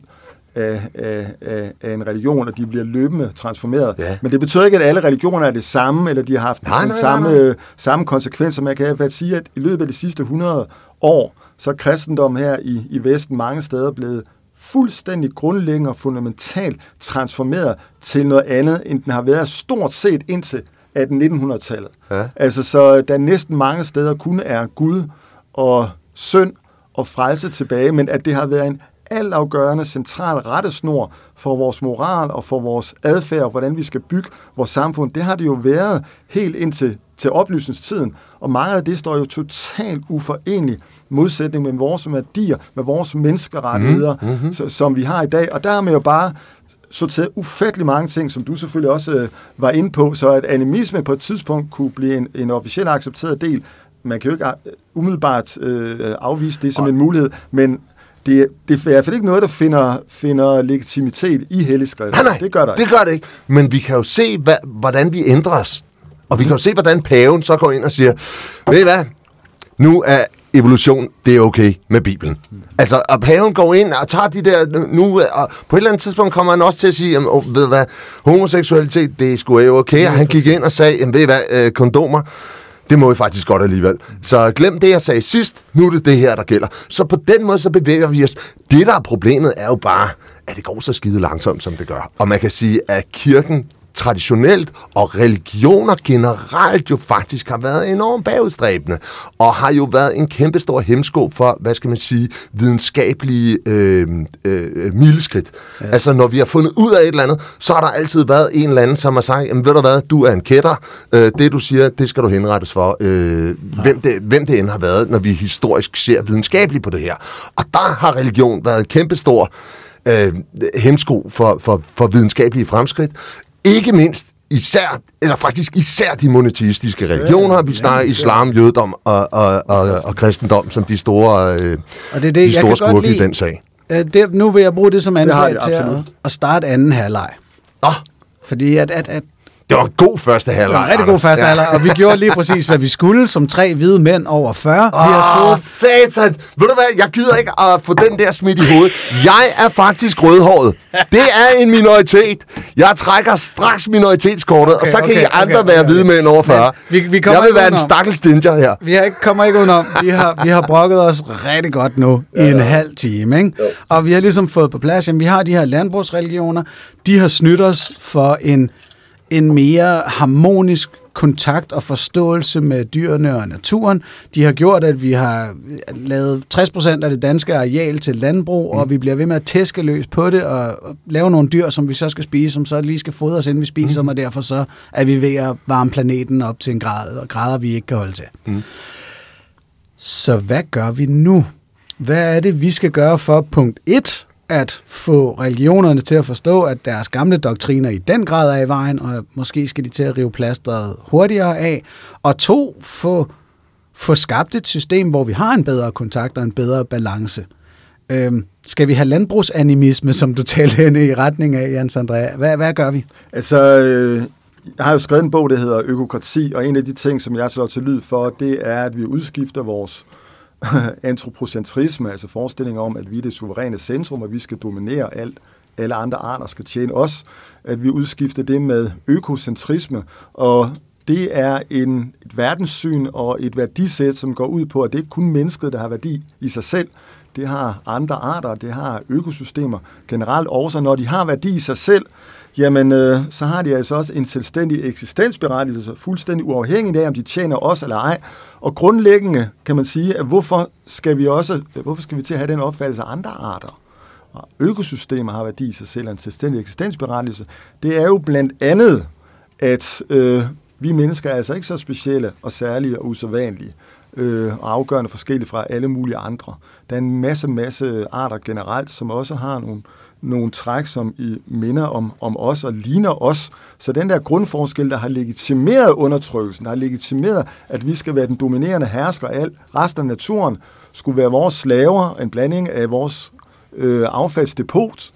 af en religion, og de bliver løbende transformeret. Ja. Men det betyder ikke, at alle religioner er det samme, eller de har haft samme konsekvenser. Man kan sige, at i løbet af de sidste 100 år, så er kristendom her i Vesten mange steder blevet fuldstændig grundlæggende og fundamentalt transformeret til noget andet, end den har været stort set indtil 1800-tallet. Ja. Altså, så der næsten mange steder kun er Gud og synd og frelse tilbage, men at det har været en altafgørende central rettesnor for vores moral og for vores adfærd og hvordan vi skal bygge vores samfund. Det har det jo været helt indtil oplysningstiden, og meget af det står jo totalt uforenligt modsætning med vores værdier, med vores menneskerettigheder, som vi har i dag. Og der har man jo bare sorteret ufattelig mange ting, som du selvfølgelig også var inde på, så at animisme på et tidspunkt kunne blive en officielt accepteret del. Man kan jo ikke umiddelbart afvise det som en mulighed, men det er i hvert fald ikke noget, der finder legitimitet i helligskrift. Nej, det gør det ikke. Men vi kan jo se, hvordan vi ændrer os. Og vi kan jo se, hvordan paven så går ind og siger, ved I hvad, nu er evolution, det er okay med Bibelen. Altså, og paven går ind og tager de der, nu, og på et eller andet tidspunkt kommer han også til at sige, ved I hvad, homoseksualitet, det er sgu ikke okay. Og han gik ind og sagde, ved I hvad, kondomer, det må vi faktisk godt alligevel. Så glem det, jeg sagde sidst. Nu er det her, der gælder. Så på den måde, så bevæger vi os. Det, der er problemet, er jo bare, at det går så skide langsomt, som det gør. Og man kan sige, at kirken traditionelt og religioner generelt jo faktisk har været enormt bagudstræbende, og har jo været en kæmpestor hæmsko for, hvad skal man sige, videnskabelige mileskridt. Ja. Altså, når vi har fundet ud af et eller andet, så har der altid været en eller anden, som har sagt, jamen ved du hvad, du er en kætter, det du siger, det skal du henrettes for, hvem det end har været, når vi historisk ser videnskabeligt på det her. Og der har religion været en kæmpestor hæmsko for videnskabelige fremskridt. Ikke mindst især de monoteistiske religioner. Vi snakker islam, jødedom og kristendom som de store, de store skurke i den sag. Nu vil jeg bruge det som anslag til at starte anden halvleg. Fordi at Det var en god første halvleg. Det var en rigtig god første halvleg, og vi gjorde lige præcis, hvad vi skulle, som 3 hvide mænd over 40. Satan! Ved du hvad, jeg gider ikke at få den der smidt i hovedet. Jeg er faktisk rødhåret. Det er en minoritet. Jeg trækker straks minoritetskortet, og så kan I andre være hvide mænd over 40. Jeg vil være en stakkels ginger her. Vi kommer ikke udenom. Vi har brokket os rigtig godt nu i en halv time, ikke? Og vi har ligesom fået på plads, jamen vi har de her landbrugsreligioner, de har snydt os for en mere harmonisk kontakt og forståelse med dyrene og naturen. De har gjort, at vi har lavet 60% af det danske areal til landbrug, og vi bliver ved med at tæske løs på det og lave nogle dyr, som vi så skal spise, som så lige skal fodres, inden vi spiser dem, og derfor så er vi ved at varme planeten op til en grad, og grader, vi ikke kan holde til. Så hvad gør vi nu? Hvad er det, vi skal gøre for punkt 1? At få religionerne til at forstå, at deres gamle doktriner i den grad er i vejen, og måske skal de til at rive plasteret hurtigere af. Og 2, få skabt et system, hvor vi har en bedre kontakt og en bedre balance. Skal vi have landbrugsanimisme, som du talte henne i retning af, Jens Andrea? Hvad gør vi? Altså, jeg har jo skrevet en bog, der hedder Økokrati, og en af de ting, som jeg slår til lyd for, det er, at vi udskifter vores antropocentrisme, altså forestillinger om, at vi er det suveræne centrum, og vi skal dominere alt, alle andre arter skal tjene os, at vi udskifter det med økocentrisme, og det er et verdenssyn og et værdisæt, som går ud på, at det ikke kun mennesket, der har værdi i sig selv, det har andre arter, det har økosystemer generelt også, når de har værdi i sig selv, jamen så har de altså også en selvstændig eksistensberettigelse, fuldstændig uafhængigt af, om de tjener os eller ej. Og grundlæggende kan man sige, at hvorfor skal vi til at have den opfattelse af andre arter? Og økosystemer har værdi i sig selv, en selvstændig eksistensberettigelse. Det er jo blandt andet, at vi mennesker er altså ikke så specielle og særlige og usædvanlige og afgørende forskellige fra alle mulige andre. Der er en masse arter generelt, som også har nogle træk, som minder om os og ligner os. Så den der grundforskel, der har legitimeret undertrykkelsen, der har legitimeret, at vi skal være den dominerende hersker af resten af naturen, skulle være vores slaver, en blanding af vores affaldsdepot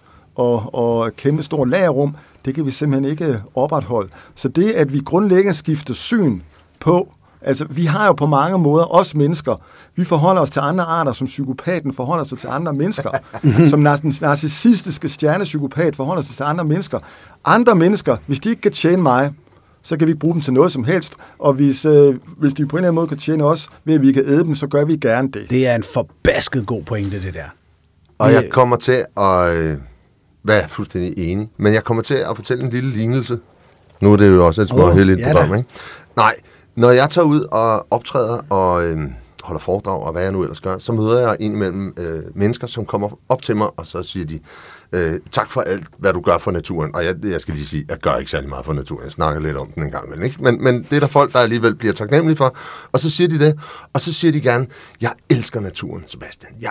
og kæmpe stor lagerrum, det kan vi simpelthen ikke opretholde. Så det, at vi grundlæggende skifter syn på, altså, vi har jo på mange måder, os mennesker, vi forholder os til andre arter, som psykopaten forholder sig til andre mennesker, som den narcissistiske stjernepsykopat forholder sig til andre mennesker. Andre mennesker, hvis de ikke kan tjene mig, så kan vi ikke bruge dem til noget som helst, og hvis de på en eller anden måde kan tjene os, ved at vi kan æde dem, så gør vi gerne det. Det er en forbasket god pointe, det der. Og jeg kommer til at være fuldstændig enig, men jeg kommer til at fortælle en lille lignelse. Nu er det jo også et småheldigt program, ikke? Nej, når jeg tager ud og optræder og holder foredrag, og hvad jeg nu ellers gør, så møder jeg indimellem mennesker, som kommer op til mig, og så siger de, tak for alt, hvad du gør for naturen. Og jeg skal lige sige, jeg gør ikke særlig meget for naturen. Jeg snakker lidt om den en gang, ikke? Men det er der folk, der alligevel bliver taknemmelige for. Og så siger de det, og så siger de gerne, jeg elsker naturen, Sebastian. Jeg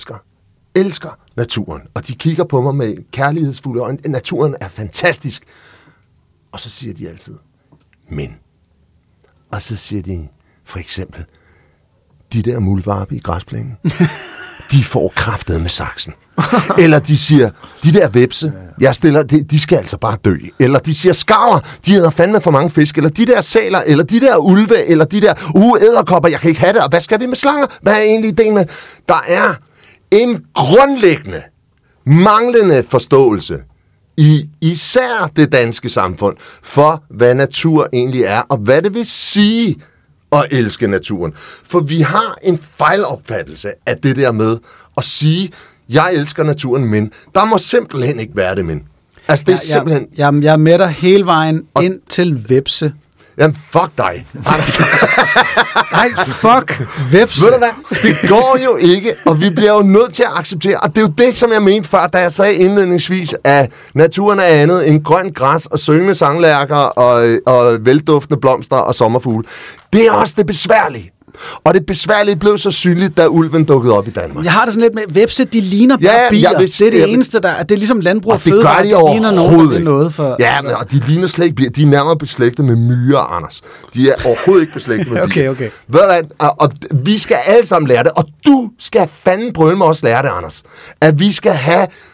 elsker naturen. Og de kigger på mig med kærlighedsfulde øjne. Naturen er fantastisk. Og så siger de altid, men. Og så siger de, for eksempel, de der muldvarpe i græsplænen, de får kraftet med saksen. Eller de siger, de der vepse, jeg stiller, de skal altså bare dø. Eller de siger, skarver, de æder fandme for mange fisk. Eller de der sæler, eller de der ulve, eller de der edderkopper, jeg kan ikke have det. Og hvad skal vi med slanger? Hvad er egentlig ideen med? Der er en grundlæggende, manglende forståelse i især det danske samfund for, hvad natur egentlig er, og hvad det vil sige at elske naturen. For vi har en fejlopfattelse af det der med at sige, jeg elsker naturen, men der må simpelthen ikke være det, men. Altså, det er simpelthen. Jeg er med dig hele vejen ind til vepse. Jamen, fuck dig. Nej, fuck vepse. Ved du hvad? Det går jo ikke, og vi bliver jo nødt til at acceptere, og det er jo det, som jeg mente før, da jeg sagde indledningsvis, at naturen er andet end grønt græs og syngende sanglærker og velduftende blomster og sommerfugle. Det er også det besværlige. Og det besværlige blev så synligt, da ulven dukkede op i Danmark. Jeg har det sådan lidt med, vepse, de ligner bare bier. Det er det eneste, der er. Det er ligesom landbrug og fødevare, de ligner noget for. Ja, og de ligner slet ikke bier. De er nærmere beslægtet med myrer, Anders. De er overhovedet ikke beslægtet med bier. Okay. Ved du hvad? Og vi skal alle sammen lære det, og du skal fanden brøle mig også lære det, Anders. At vi skal have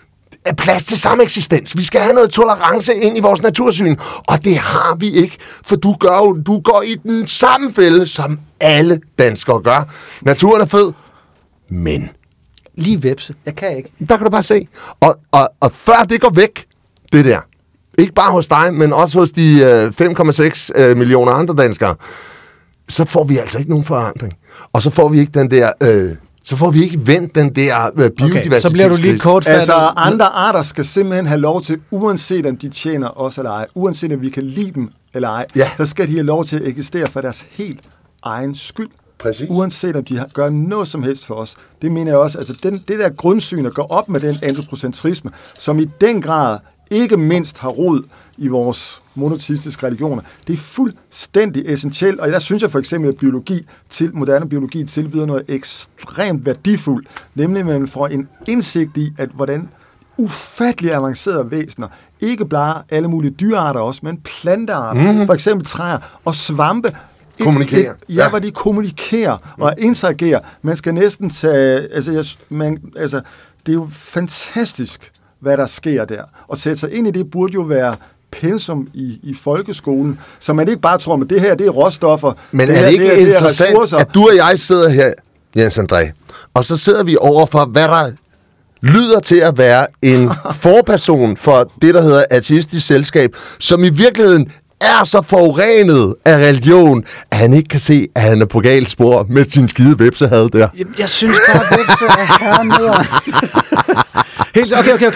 plads til sameksistens. Vi skal have noget tolerance ind i vores natursyn. Og det har vi ikke, for du går i den samme fælde, som alle danskere gør. Naturen er fed, men... Lige vepse. Jeg kan ikke. Der kan du bare se. Og før det går væk, det der, ikke bare hos dig, men også hos de 5,6 millioner andre danskere, så får vi altså ikke nogen forandring. Og så får vi ikke den der... så får vi ikke vendt den der biodiversitetskrise. Okay, så bliver du lige kortfattet. Altså, andre arter skal simpelthen have lov til, uanset om de tjener os eller ej, uanset om vi kan lide dem eller ej, så skal de have lov til at eksistere for deres helt egen skyld. Præcis. Uanset om de gør noget som helst for os. Det mener jeg også. Altså, det der grundsyn at gå op med den antropocentrisme, som i den grad ikke mindst har rod i vores monoteistiske religioner. Det er fuldstændig essentielt, og der synes jeg for eksempel, at moderne biologi tilbyder noget ekstremt værdifuldt, nemlig at man får en indsigt i, at hvordan ufattelig avancerede væsener, ikke bare alle mulige dyrearter også, men plantearter, for eksempel træer og svampe, kommunikerer. Hvor de kommunikerer og interagerer. Man skal næsten tage... det er jo fantastisk, hvad der sker der. Og sætte sig ind i det burde jo være pensum i folkeskolen, så man ikke bare tror, at det her, det er råstoffer. Men er det ikke interessant, at du og jeg sidder her, Jens André, og så sidder vi over for, hvad der lyder til at være en forperson for det, der hedder ateistisk selskab, som i virkeligheden er så forurenet af religion, at han ikke kan se, at han er på galt spor med sin skide vepsehad der. Jeg synes bare, at vepse er hernede. Helt,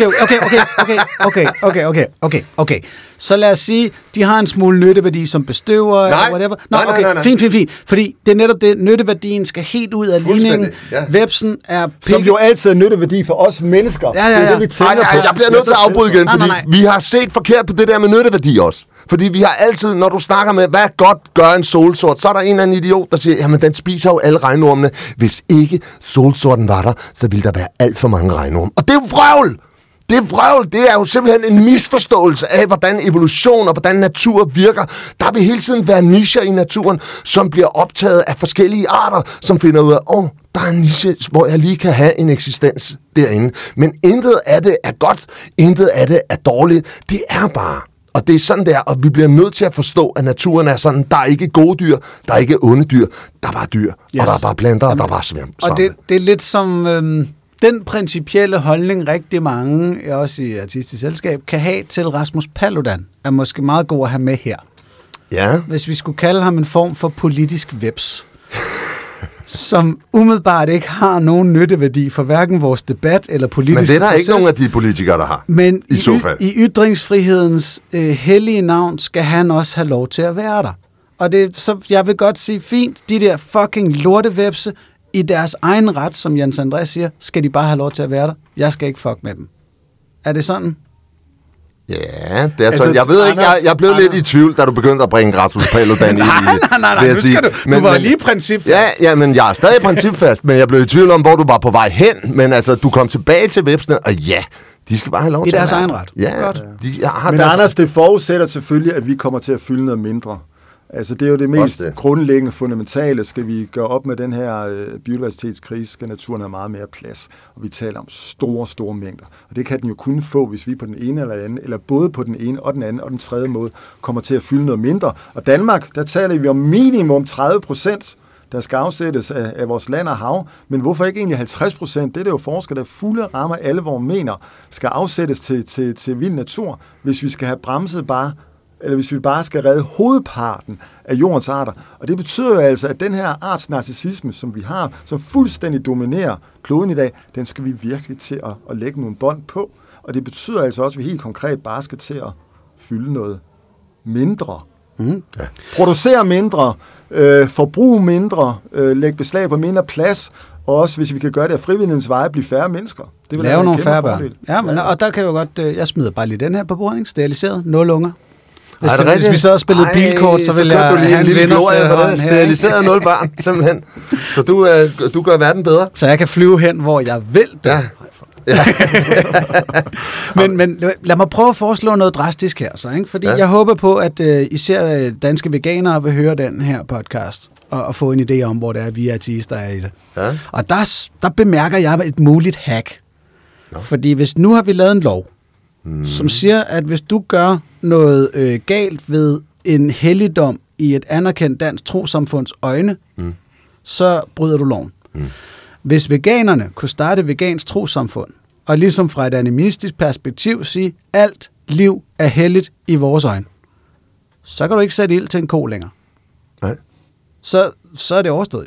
okay. Så lad os sige, de har en smule nytteværdi som bestøver, eller whatever. Nej. Fint. Fordi det er netop det, nytteværdien skal helt ud af ligningen. Ja. Vepsen er... Som jo altid er nytteværdi for os mennesker. Ja. Det er det, vi tænker på. Jeg bliver nødt til at afbryde igen, fordi vi har set forkert på det der med nytteværdi også. Fordi vi har altid, når du snakker med, hvad godt gør en solsort, så er der en eller anden idiot, der siger, jamen den spiser jo alle regnormene. Hvis ikke solsorten var der, så ville der være alt for mange regnorme. Og det er jo vrøvl! Det er jo simpelthen en misforståelse af, hvordan evolution og hvordan natur virker. Der vil hele tiden være nicher i naturen, som bliver optaget af forskellige arter, som finder ud af, der er en niche, hvor jeg lige kan have en eksistens derinde. Men intet af det er godt, intet af det er dårligt. Det er bare. Og det er sådan der, og vi bliver nødt til at forstå, at naturen er sådan, der er ikke gode dyr, der er ikke onde dyr, der er bare dyr, og der er bare planter, og der er bare svampe. Og det er lidt som den principielle holdning, rigtig mange, også i Ateistisk Selskab, kan have til Rasmus Paludan, er måske meget god at have med her. Ja. Hvis vi skulle kalde ham en form for politisk veps, som umiddelbart ikke har nogen nytteværdi for hverken vores debat eller politisk proces. Men det er der ikke nogen af de politikere, der har. Men i ytringsfrihedens hellige navn skal han også have lov til at være der. Og så jeg vil godt sige, fint, de der fucking lortevepse i deres egen ret, som Jens André siger, skal de bare have lov til at være der. Jeg skal ikke fuck med dem. Er det sådan? Ja, det er sådan. Jeg ved ikke, jeg blev lidt i tvivl, da du begyndte at bringe Rasmus Paludan ind i det. Nej, nu skal du var lige principfast. Ja, men jeg er stadig principfast, men jeg blev i tvivl om, hvor du var på vej hen. Men altså, du kom tilbage til vepsene, og ja, de skal bare have lov til at være. I deres egen ret. Ja, godt. Men Anders, det forudsætter selvfølgelig, at vi kommer til at fylde noget mindre. Altså, det er jo det mest grundlæggende, fundamentale. Skal vi gøre op med den her biodiversitetskrise, skal naturen have meget mere plads. Og vi taler om store mængder. Og det kan den jo kun få, hvis vi på den ene eller anden, eller både på den ene og den anden og den tredje måde, kommer til at fylde noget mindre. Og Danmark, der taler vi om minimum 30%, der skal afsættes af vores land og hav. Men hvorfor ikke egentlig 50%? Det er det jo forskere, der fulde rammer alle, hvor mener, skal afsættes til vild natur, hvis vi skal have bremset eller hvis vi bare skal redde hovedparten af jordens arter. Og det betyder jo altså, at den her artsnarcissisme, som vi har, som fuldstændig dominerer kloden i dag, den skal vi virkelig til at lægge nogle bånd på. Og det betyder altså også, at vi helt konkret bare skal til at fylde noget mindre. Ja. Producere mindre, forbruge mindre, lægge beslag på mindre plads, og også, hvis vi kan gøre det af frivillighedens veje, blive færre mennesker. Det vil lave nogle færre børn. Ja, men, og der kan jo godt... jeg smider bare lige den her på bordet, steriliseret, 0 unger. Hvis vi sad og spillede bilkort, så ville jeg have en vinder. Steriliseret 0 barn, simpelthen. Så du gør verden bedre. Så jeg kan flyve hen, hvor jeg vil. Ja. men lad mig prøve at foreslå noget drastisk her, så, ikke? Fordi jeg håber på, at især danske veganere vil høre den her podcast og få en idé om, hvor det er, vi ateister er i det. Ja. Og der bemærker jeg et muligt hack. Fordi hvis nu har vi lavet en lov, som siger, at hvis du gør noget galt ved en helligdom i et anerkendt dansk trossamfunds øjne, så bryder du loven. Hvis veganerne kunne starte vegansk trossamfund, og ligesom fra et animistisk perspektiv sige, alt liv er helligt i vores øjne, så kan du ikke sætte ild til en ko længere. Nej. Så er det overstået jo.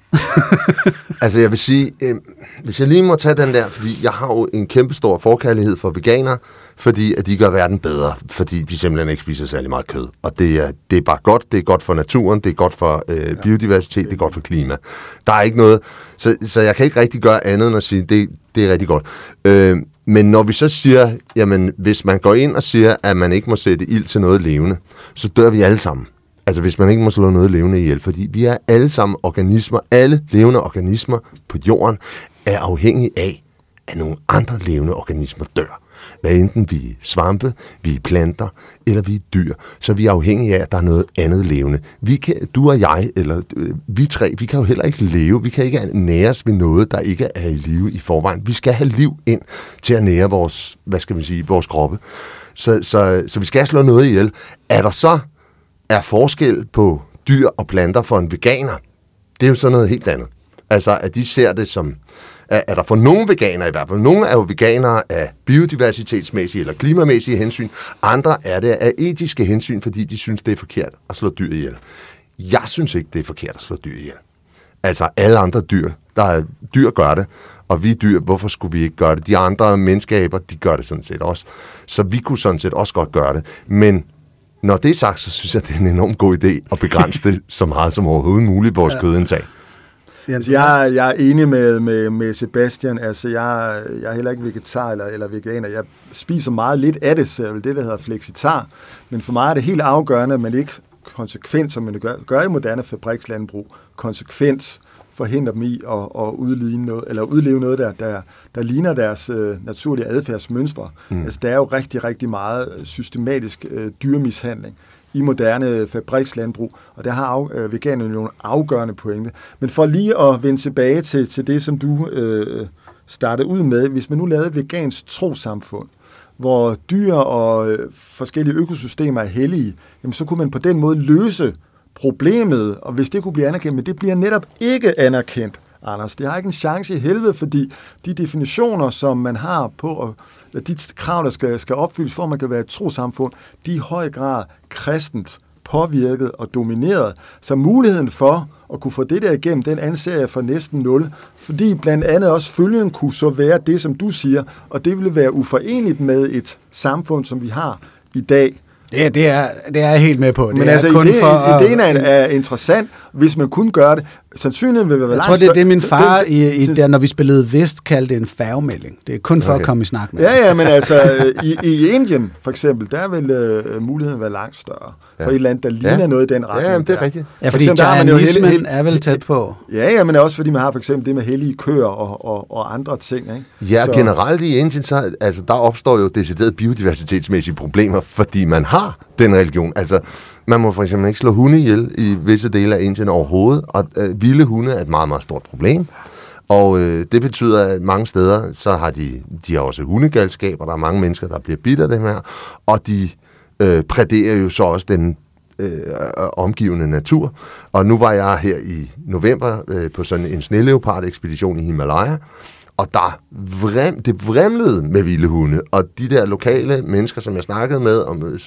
Altså jeg vil sige, hvis jeg lige må tage den der, fordi jeg har jo en kæmpestor forkærlighed for veganer, fordi at de gør verden bedre, fordi de simpelthen ikke spiser særlig meget kød. Og det er bare godt, det er godt for naturen, det er godt for biodiversitet, det er godt for klima. Der er ikke noget, så jeg kan ikke rigtig gøre andet end at sige, det er rigtig godt. Men når vi så siger, jamen hvis man går ind og siger, at man ikke må sætte ild til noget levende, så dør vi alle sammen. Altså hvis man ikke må slå noget levende ihjel, fordi vi er alle sammen organismer, alle levende organismer på jorden er afhængige af, at nogle andre levende organismer dør. Hvad enten vi er svampe, vi er planter, eller vi er dyr, så vi er afhængige af, at der er noget andet levende. Du og jeg, eller vi tre, vi kan jo heller ikke leve, vi kan ikke næres ved noget, der ikke er i live i forvejen. Vi skal have liv ind til at nære vores, vores kroppe. Så vi skal slå noget ihjel. Er der så forskel på dyr og planter for en veganer? Det er jo sådan noget helt andet. Altså, at de ser det som... Er der for nogle veganere i hvert fald? Nogle er jo veganere af biodiversitetsmæssige eller klimamæssige hensyn. Andre er det af etiske hensyn, fordi de synes, det er forkert at slå dyr ihjel. Jeg synes ikke, det er forkert at slå dyr ihjel. Altså, alle andre dyr gør det, og vi er dyr, hvorfor skulle vi ikke gøre det? De andre menneskeaber, de gør det sådan set også. Så vi kunne sådan set også godt gøre det. Men når det er sagt, så synes jeg, det er en enormt god idé at begrænse det så meget som overhovedet muligt, vores kødindtag. Jeg er enig med Sebastian. Altså, jeg er heller ikke vegetar eller veganer. Jeg spiser meget lidt af det, så det, der hedder flexitar. Men for mig er det helt afgørende, at man ikke konsekvent, som man gør i moderne fabrikslandbrug, konsekvent forhindrer dem i at udleve noget, der ligner deres naturlige adfærdsmønstre. Altså, der er jo rigtig, rigtig meget systematisk dyrmishandling i moderne fabrikslandbrug, og der har veganerne nogle afgørende pointe. Men for lige at vende tilbage til det, som du startede ud med, hvis man nu lavede et vegansk trossamfund, hvor dyr og forskellige økosystemer er hellige, jamen så kunne man på den måde løse problemet, og hvis det kunne blive anerkendt, men det bliver netop ikke anerkendt, Anders. Det har ikke en chance i helvede, fordi de definitioner, som man har på, de krav, der skal opfyldes, for at man kan være et trossamfund, de er i høj grad kristent påvirket og domineret. Så muligheden for at kunne få det der igennem, den anser jeg for næsten 0, fordi blandt andet også følgen kunne så være det, som du siger, og det ville være uforeneligt med et samfund, som vi har i dag. Det er jeg helt med på. Men altså, ideen er interessant, hvis man kunne gøre det. Sandsynligheden vil være langt større. Jeg tror, det er min far, der, når vi spillede Vest, kaldte en færgemelding. Det er kun for at komme i snak med. Ja, men altså, i Indien for eksempel, der vil muligheden være langt større. For et land, der ligner noget i den retning. Ja, det er rigtigt. Ja, fordi jainismen er vel tæt på. Ja, men også fordi man har for eksempel det med hellige køer og andre ting. Ikke? Ja, generelt i Indien, så, altså, der opstår jo decideret biodiversitetsmæssige problemer, fordi man har den religion. Altså, man må for eksempel ikke slå hunde ihjel i visse dele af Indien overhovedet, og vilde hunde er et meget, meget stort problem. Og det betyder, at mange steder, så har de har også hundegalskaber, der er mange mennesker, der bliver bidt af dem her, og de præderer jo så også den omgivende natur. Og nu var jeg her i november på sådan en sneleopard-ekspedition i Himalaya, og det vrimlede med vilde hunde, og de der lokale mennesker, som jeg snakkede med,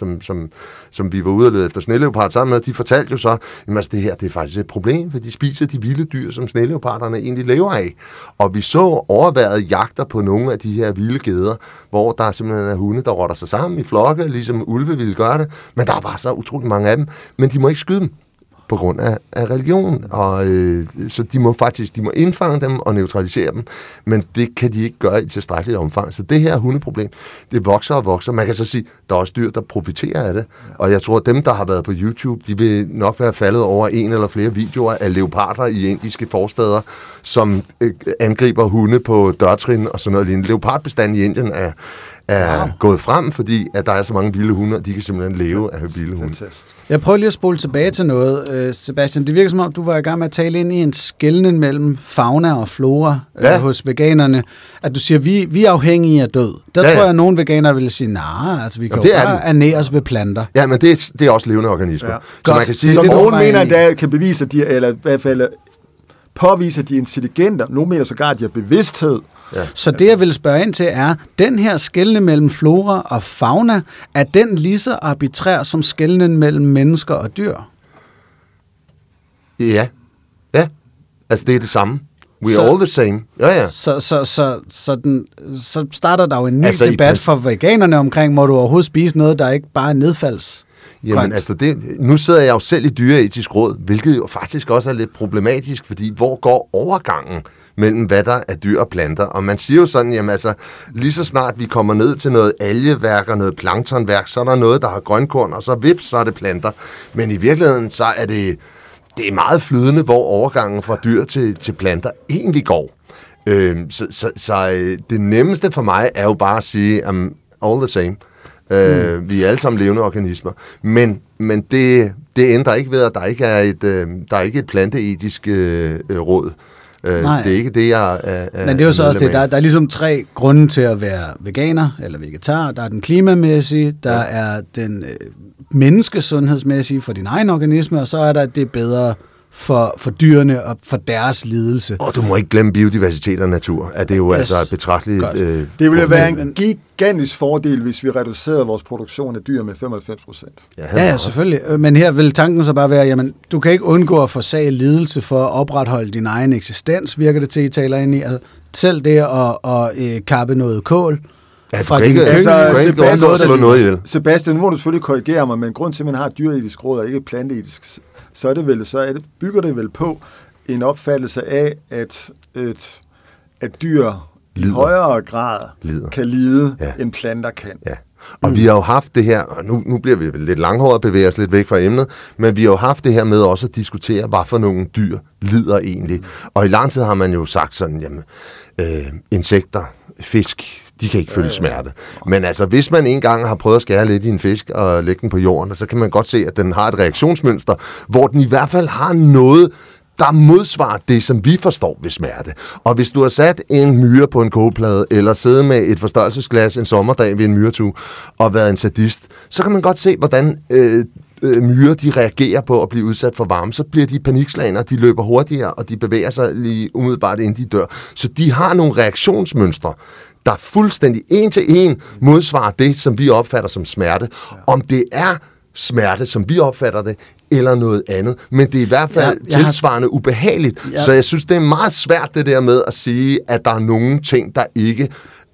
som vi var ude og lede efter sneleopard sammen med, de fortalte jo så, at altså, det her det er faktisk et problem, for de spiser de vilde dyr, som sneleoparderne egentlig lever af. Og vi så overværet jagter på nogle af de her vilde geder, hvor der simpelthen er hunde, der rotter sig sammen i flokke, ligesom ulve ville gøre det, men der er bare så utroligt mange af dem, men de må ikke skyde dem på grund af religion, og så de må indfange dem og neutralisere dem, men det kan de ikke gøre i tilstrækkeligt omfang. Så det her hundeproblem, det vokser og vokser. Man kan så sige, der er også dyr, der profiterer af det, og jeg tror, at dem, der har været på YouTube, de vil nok være faldet over en eller flere videoer af leoparder i indiske forsteder, som angriber hunde på dørtrin og sådan noget lignende. Leopardbestanden i Indien er gået frem, fordi at der er så mange vilde hunde, og de kan simpelthen leve af vilde hunde. Fantastisk. Jeg prøver lige at spole tilbage til noget, Sebastian. Det virker som om, du var i gang med at tale ind i en skelnen mellem fauna og flora hos veganerne. At du siger, vi er afhængige af død. Der tror jeg, at nogle veganere ville sige, nej, altså vi kan jo bare ernære os ved planter. Ja, men det er også levende organismer. Ja. Så man kan sige, så nogen mener, at der kan bevise, at de, eller i hvert fald påvise, at de er intelligente. Nogle mener sågar, at de har bevidsthed. Ja. Så det, jeg vil spørge ind til, er, den her skelne mellem flora og fauna, er den lige så arbitrær som skelnen mellem mennesker og dyr? Ja. Altså, det er det samme. We are all the same. Ja. Så starter der jo en ny debat for veganerne omkring, må du overhovedet spise noget, der ikke bare er nedfalds? Jamen altså, nu sidder jeg jo selv i Dyreetisk Råd, hvilket jo faktisk også er lidt problematisk, fordi hvor går overgangen mellem hvad der er dyr og planter? Og man siger jo sådan, jamen altså, lige så snart vi kommer ned til noget algeværk og noget planktonværk, så er der noget, der har grønkorn, og så vips, så er det planter. Men i virkeligheden, så er det er meget flydende, hvor overgangen fra dyr til planter egentlig går. Så det nemmeste for mig er jo bare at sige, I'm all the same. Vi er alle sammen levende organismer. Men det ændrer ikke ved, at der ikke er et planteetisk råd. Det er ikke det, jeg er. Men det er jo så også det, der er ligesom 3 grunde til at være veganer eller vegetar. Der er den klimamæssige, der er den menneskesundhedsmæssige for din egen organisme, og så er der det bedre for dyrene og for deres lidelse. Og du må ikke glemme biodiversitet og natur. At det er jo altså betragteligt. Det ville være en gigantisk fordel, hvis vi reducerede vores produktion af dyr med 95%. Ja, selvfølgelig. Men her vil tanken så bare være, jamen, du kan ikke undgå at forsage lidelse for at opretholde din egen eksistens, virker det til, I taler ind i. Altså, selv det at kappe noget kål. Ja, du kan ikke noget ihjel. Sebastian, nu må du selvfølgelig korrigere mig, men grund til, at man har et dyreetisk råd og ikke et planteetisk, bygger det vel på en opfattelse af, at dyr i højere grad kan lide, end planter kan. Ja. Og vi har jo haft det her, og nu bliver vi lidt langhåret og bevæger os lidt væk fra emnet, men vi har jo haft det her med også at diskutere, hvad for nogle dyr lider egentlig. Og i lang tid har man jo sagt sådan, jamen, insekter, fisk, de kan ikke føle smerte. Men altså, hvis man engang har prøvet at skære lidt i en fisk og lægge den på jorden, så kan man godt se, at den har et reaktionsmønster, hvor den i hvert fald har noget, der modsvarer det, som vi forstår ved smerte. Og hvis du har sat en myre på en kogeplade, eller siddet med et forstørrelsesglas en sommerdag ved en myretue, og været en sadist, så kan man godt se, hvordan myrer, de reagerer på at blive udsat for varme. Så bliver de panikslagne, de løber hurtigere, og de bevæger sig lige umiddelbart, inden de dør. Så de har nogle reaktionsmønstre, der fuldstændig en til en modsvarer det, som vi opfatter som smerte. Om det er smerte, som vi opfatter det, eller noget andet. Men det er i hvert fald tilsvarende ubehageligt. Ja. Så jeg synes, det er meget svært det der med at sige, at der er nogle ting, der ikke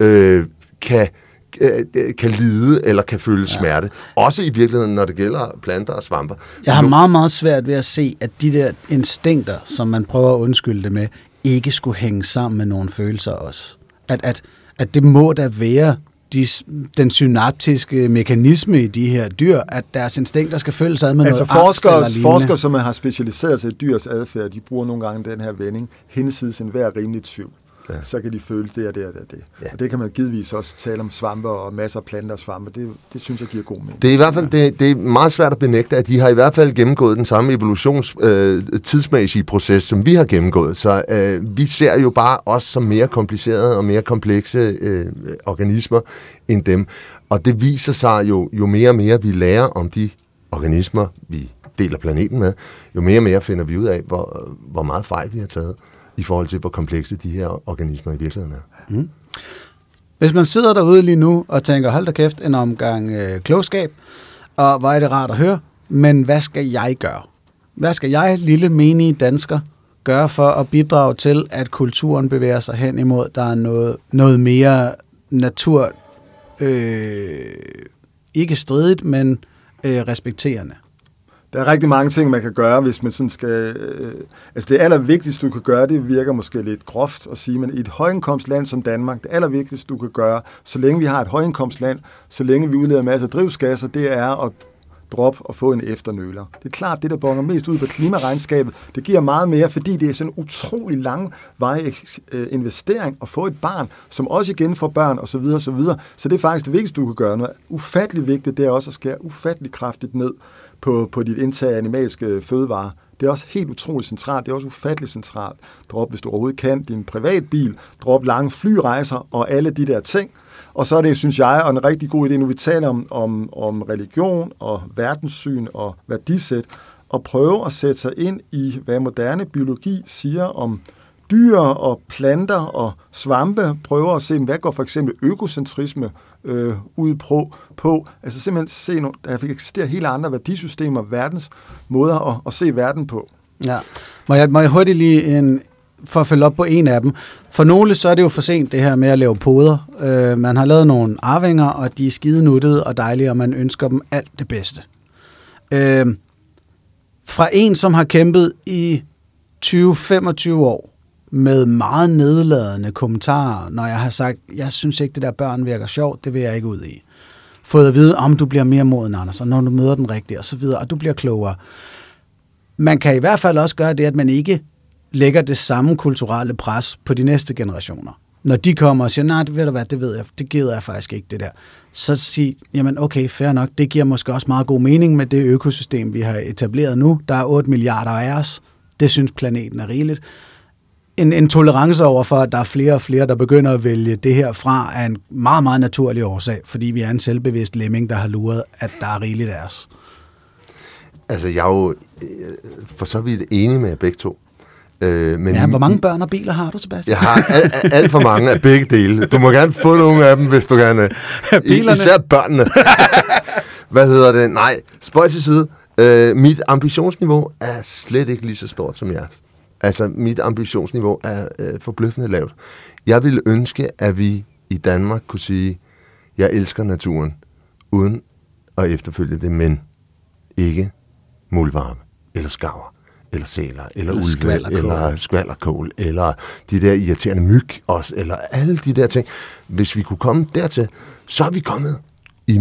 kan lide eller kan føle smerte. Også i virkeligheden, når det gælder planter og svamper. Jeg har meget, meget svært ved at se, at de der instinkter, som man prøver at undskylde det med, ikke skulle hænge sammen med nogle følelser også. At det må da være den synaptiske mekanisme i de her dyr, at deres instinkter skal følges ad med noget angst eller lignende. Forskere, som har specialiseret sig i dyrs adfærd, de bruger nogle gange den her vending, hinsides enhver rimelig tvivl. Ja. Så kan de føle det og det og det. Ja. Og det kan man givetvis også tale om svampe og masser af planter og svampe. Det synes jeg giver god mening. Det er i hvert fald det er meget svært at benægte, at de har i hvert fald gennemgået den samme evolutionstidsmæssige proces, som vi har gennemgået. Så vi ser jo bare os som mere komplicerede og mere komplekse organismer end dem. Og det viser sig jo mere og mere, vi lærer om de organismer, vi deler planeten med, jo mere og mere finder vi ud af, hvor meget fejl vi har taget i forhold til, hvor komplekse de her organismer i virkeligheden er. Mm. Hvis man sidder derude lige nu og tænker, hold da kæft, en omgang klogskab, og hvor er det rart at høre, men hvad skal jeg gøre? Hvad skal jeg, lille menige dansker, gøre for at bidrage til, at kulturen bevæger sig hen imod, der er noget mere natur, ikke stridigt, men respekterende? Der er rigtig mange ting, man kan gøre, hvis man sådan skal... det allervigtigste, du kan gøre, det virker måske lidt groft at sige, men i et højindkomstland som Danmark, det allervigtigste, du kan gøre, så længe vi har et højindkomstland, så længe vi udleder masser af drivhusgasser, det er at drop og få en efternøler. Det er klart, det der bonger mest ud på klimaregnskabet, det giver meget mere, fordi det er sådan en utrolig langvarig investering at få et barn, som også igen får børn osv. osv. Så det er faktisk det vigtigste, du kan gøre. Noget ufattelig vigtigt, det er også at skære ufattelig kraftigt ned på dit indtag af animalske fødevarer. Det er også helt utroligt centralt. Det er også ufatteligt centralt. Drop, hvis du overhovedet kan, din privatbil. Drop lange flyrejser og alle de der ting. Og så er det, synes jeg, og en rigtig god idé, nu vi taler om religion og verdenssyn og værdisæt, at prøve at sætte sig ind i, hvad moderne biologi siger om dyr og planter og svampe. Prøve at se, hvad går for eksempel økocentrisme ud på. Altså simpelthen se, der eksisterer helt andre værdisystemer, verdens måder at se verden på. Ja. Må jeg hurtigt lige for at følge op på en af dem. For nogle, så er det jo for sent, det her med at lave poder. Man har lavet nogle arvinger, og de er skide nuttede og dejlige, og man ønsker dem alt det bedste. Fra en, som har kæmpet i 20-25 år, med meget nedladende kommentarer, når jeg har sagt, jeg synes ikke, det der børn virker sjovt, det vil jeg ikke ud i. Fået at vide, om du bliver mere moden, Anders, og når du møder den rigtige, og så videre, og du bliver klogere. Man kan i hvert fald også gøre det, at man ikke lægger det samme kulturelle pres på de næste generationer. Når de kommer og siger, nej, det ved du hvad, det ved jeg, det gider jeg faktisk ikke, det der. Så sig, jamen okay, fair nok, det giver måske også meget god mening med det økosystem, vi har etableret nu. Der er 8 milliarder af os. Det synes planeten er rigeligt. En tolerance over for, at der er flere og flere, der begynder at vælge det her fra, er en meget, meget naturlig årsag, fordi vi er en selvbevidst lemming, der har luret, at der er rigeligt af os. Altså, jeg er jo for så vidt enig med jer begge to. Men ja, hvor mange børn og biler har du, Sebastian? Jeg har alt for mange af begge dele. Du må gerne få nogle af dem, hvis du gerne... Især børnene. Hvad hedder det? Nej, spøj til side. Mit ambitionsniveau er slet ikke lige så stort som jeres. Altså, mit ambitionsniveau er forbløffende lavt. Jeg ville ønske, at vi i Danmark kunne sige, jeg elsker naturen, uden at efterfølge det, men ikke muldvarpe, eller skarver, eller sæler, eller ulve, eller skvalderkål, eller de der irriterende myg også, eller alle de der ting. Hvis vi kunne komme dertil, så er vi kommet i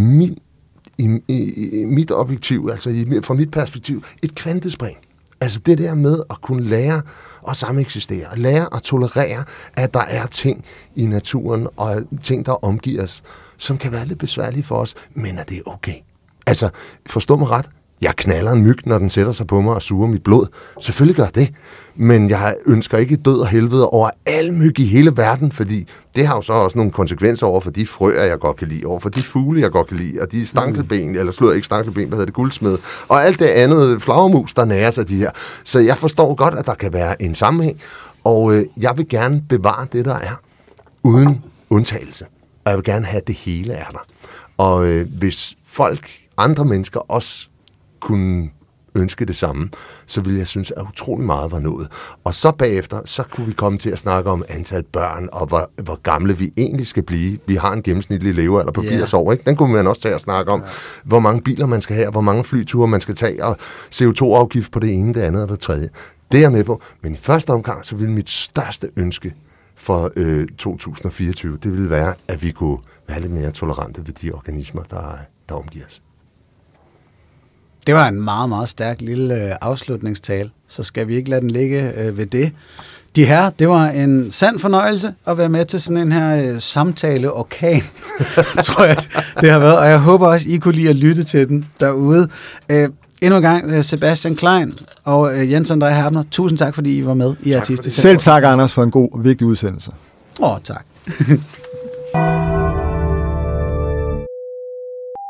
mit objektiv, altså fra mit perspektiv, et kvantespring. Altså det der med at kunne lære at sameksistere, lære at tolerere, at der er ting i naturen og ting, der omgiver os, som kan være lidt besværlige for os, men at det er okay. Altså, forstå mig ret, jeg knaller en myg, når den sætter sig på mig og suger mit blod. Selvfølgelig gør det, men jeg ønsker ikke død og helvede over alle myg i hele verden, fordi det har jo så også nogle konsekvenser over for de frøer, jeg godt kan lide, over for de fugle, jeg godt kan lide, og de stankelben, eller slået ikke stankelben, hvad hedder det, guldsmed, og alt det andet flagermus, der nærer sig de her. Så jeg forstår godt, at der kan være en sammenhæng, og jeg vil gerne bevare det, der er, uden undtagelse. Og jeg vil gerne have, det hele er der. Og hvis andre mennesker også kunne ønske det samme, så ville jeg synes, at utrolig meget var nået. Og så bagefter, så kunne vi komme til at snakke om antal børn, og hvor gamle vi egentlig skal blive. Vi har en gennemsnitlig levealder på 80 år, ikke? Den kunne man også tage og snakke om, hvor mange biler man skal have, hvor mange flyture man skal tage, og CO2-afgift på det ene, det andet og det tredje. Det er jeg med på. Men i første omgang, så ville mit største ønske for 2024, det ville være, at vi kunne være lidt mere tolerante ved de organismer, der omgiver os. Det var en meget, meget stærk lille afslutningstale, så skal vi ikke lade den ligge ved det. De her, det var en sand fornøjelse at være med til sådan en her samtale-orkan, tror jeg, det har været. Og jeg håber også, I kunne lide at lytte til den derude. Endnu en gang, Sebastian Klein og Jens André Herbner, tusind tak, fordi I var med i Artistisk. Selv tak, Anders, for en god og vigtig udsendelse. Tak.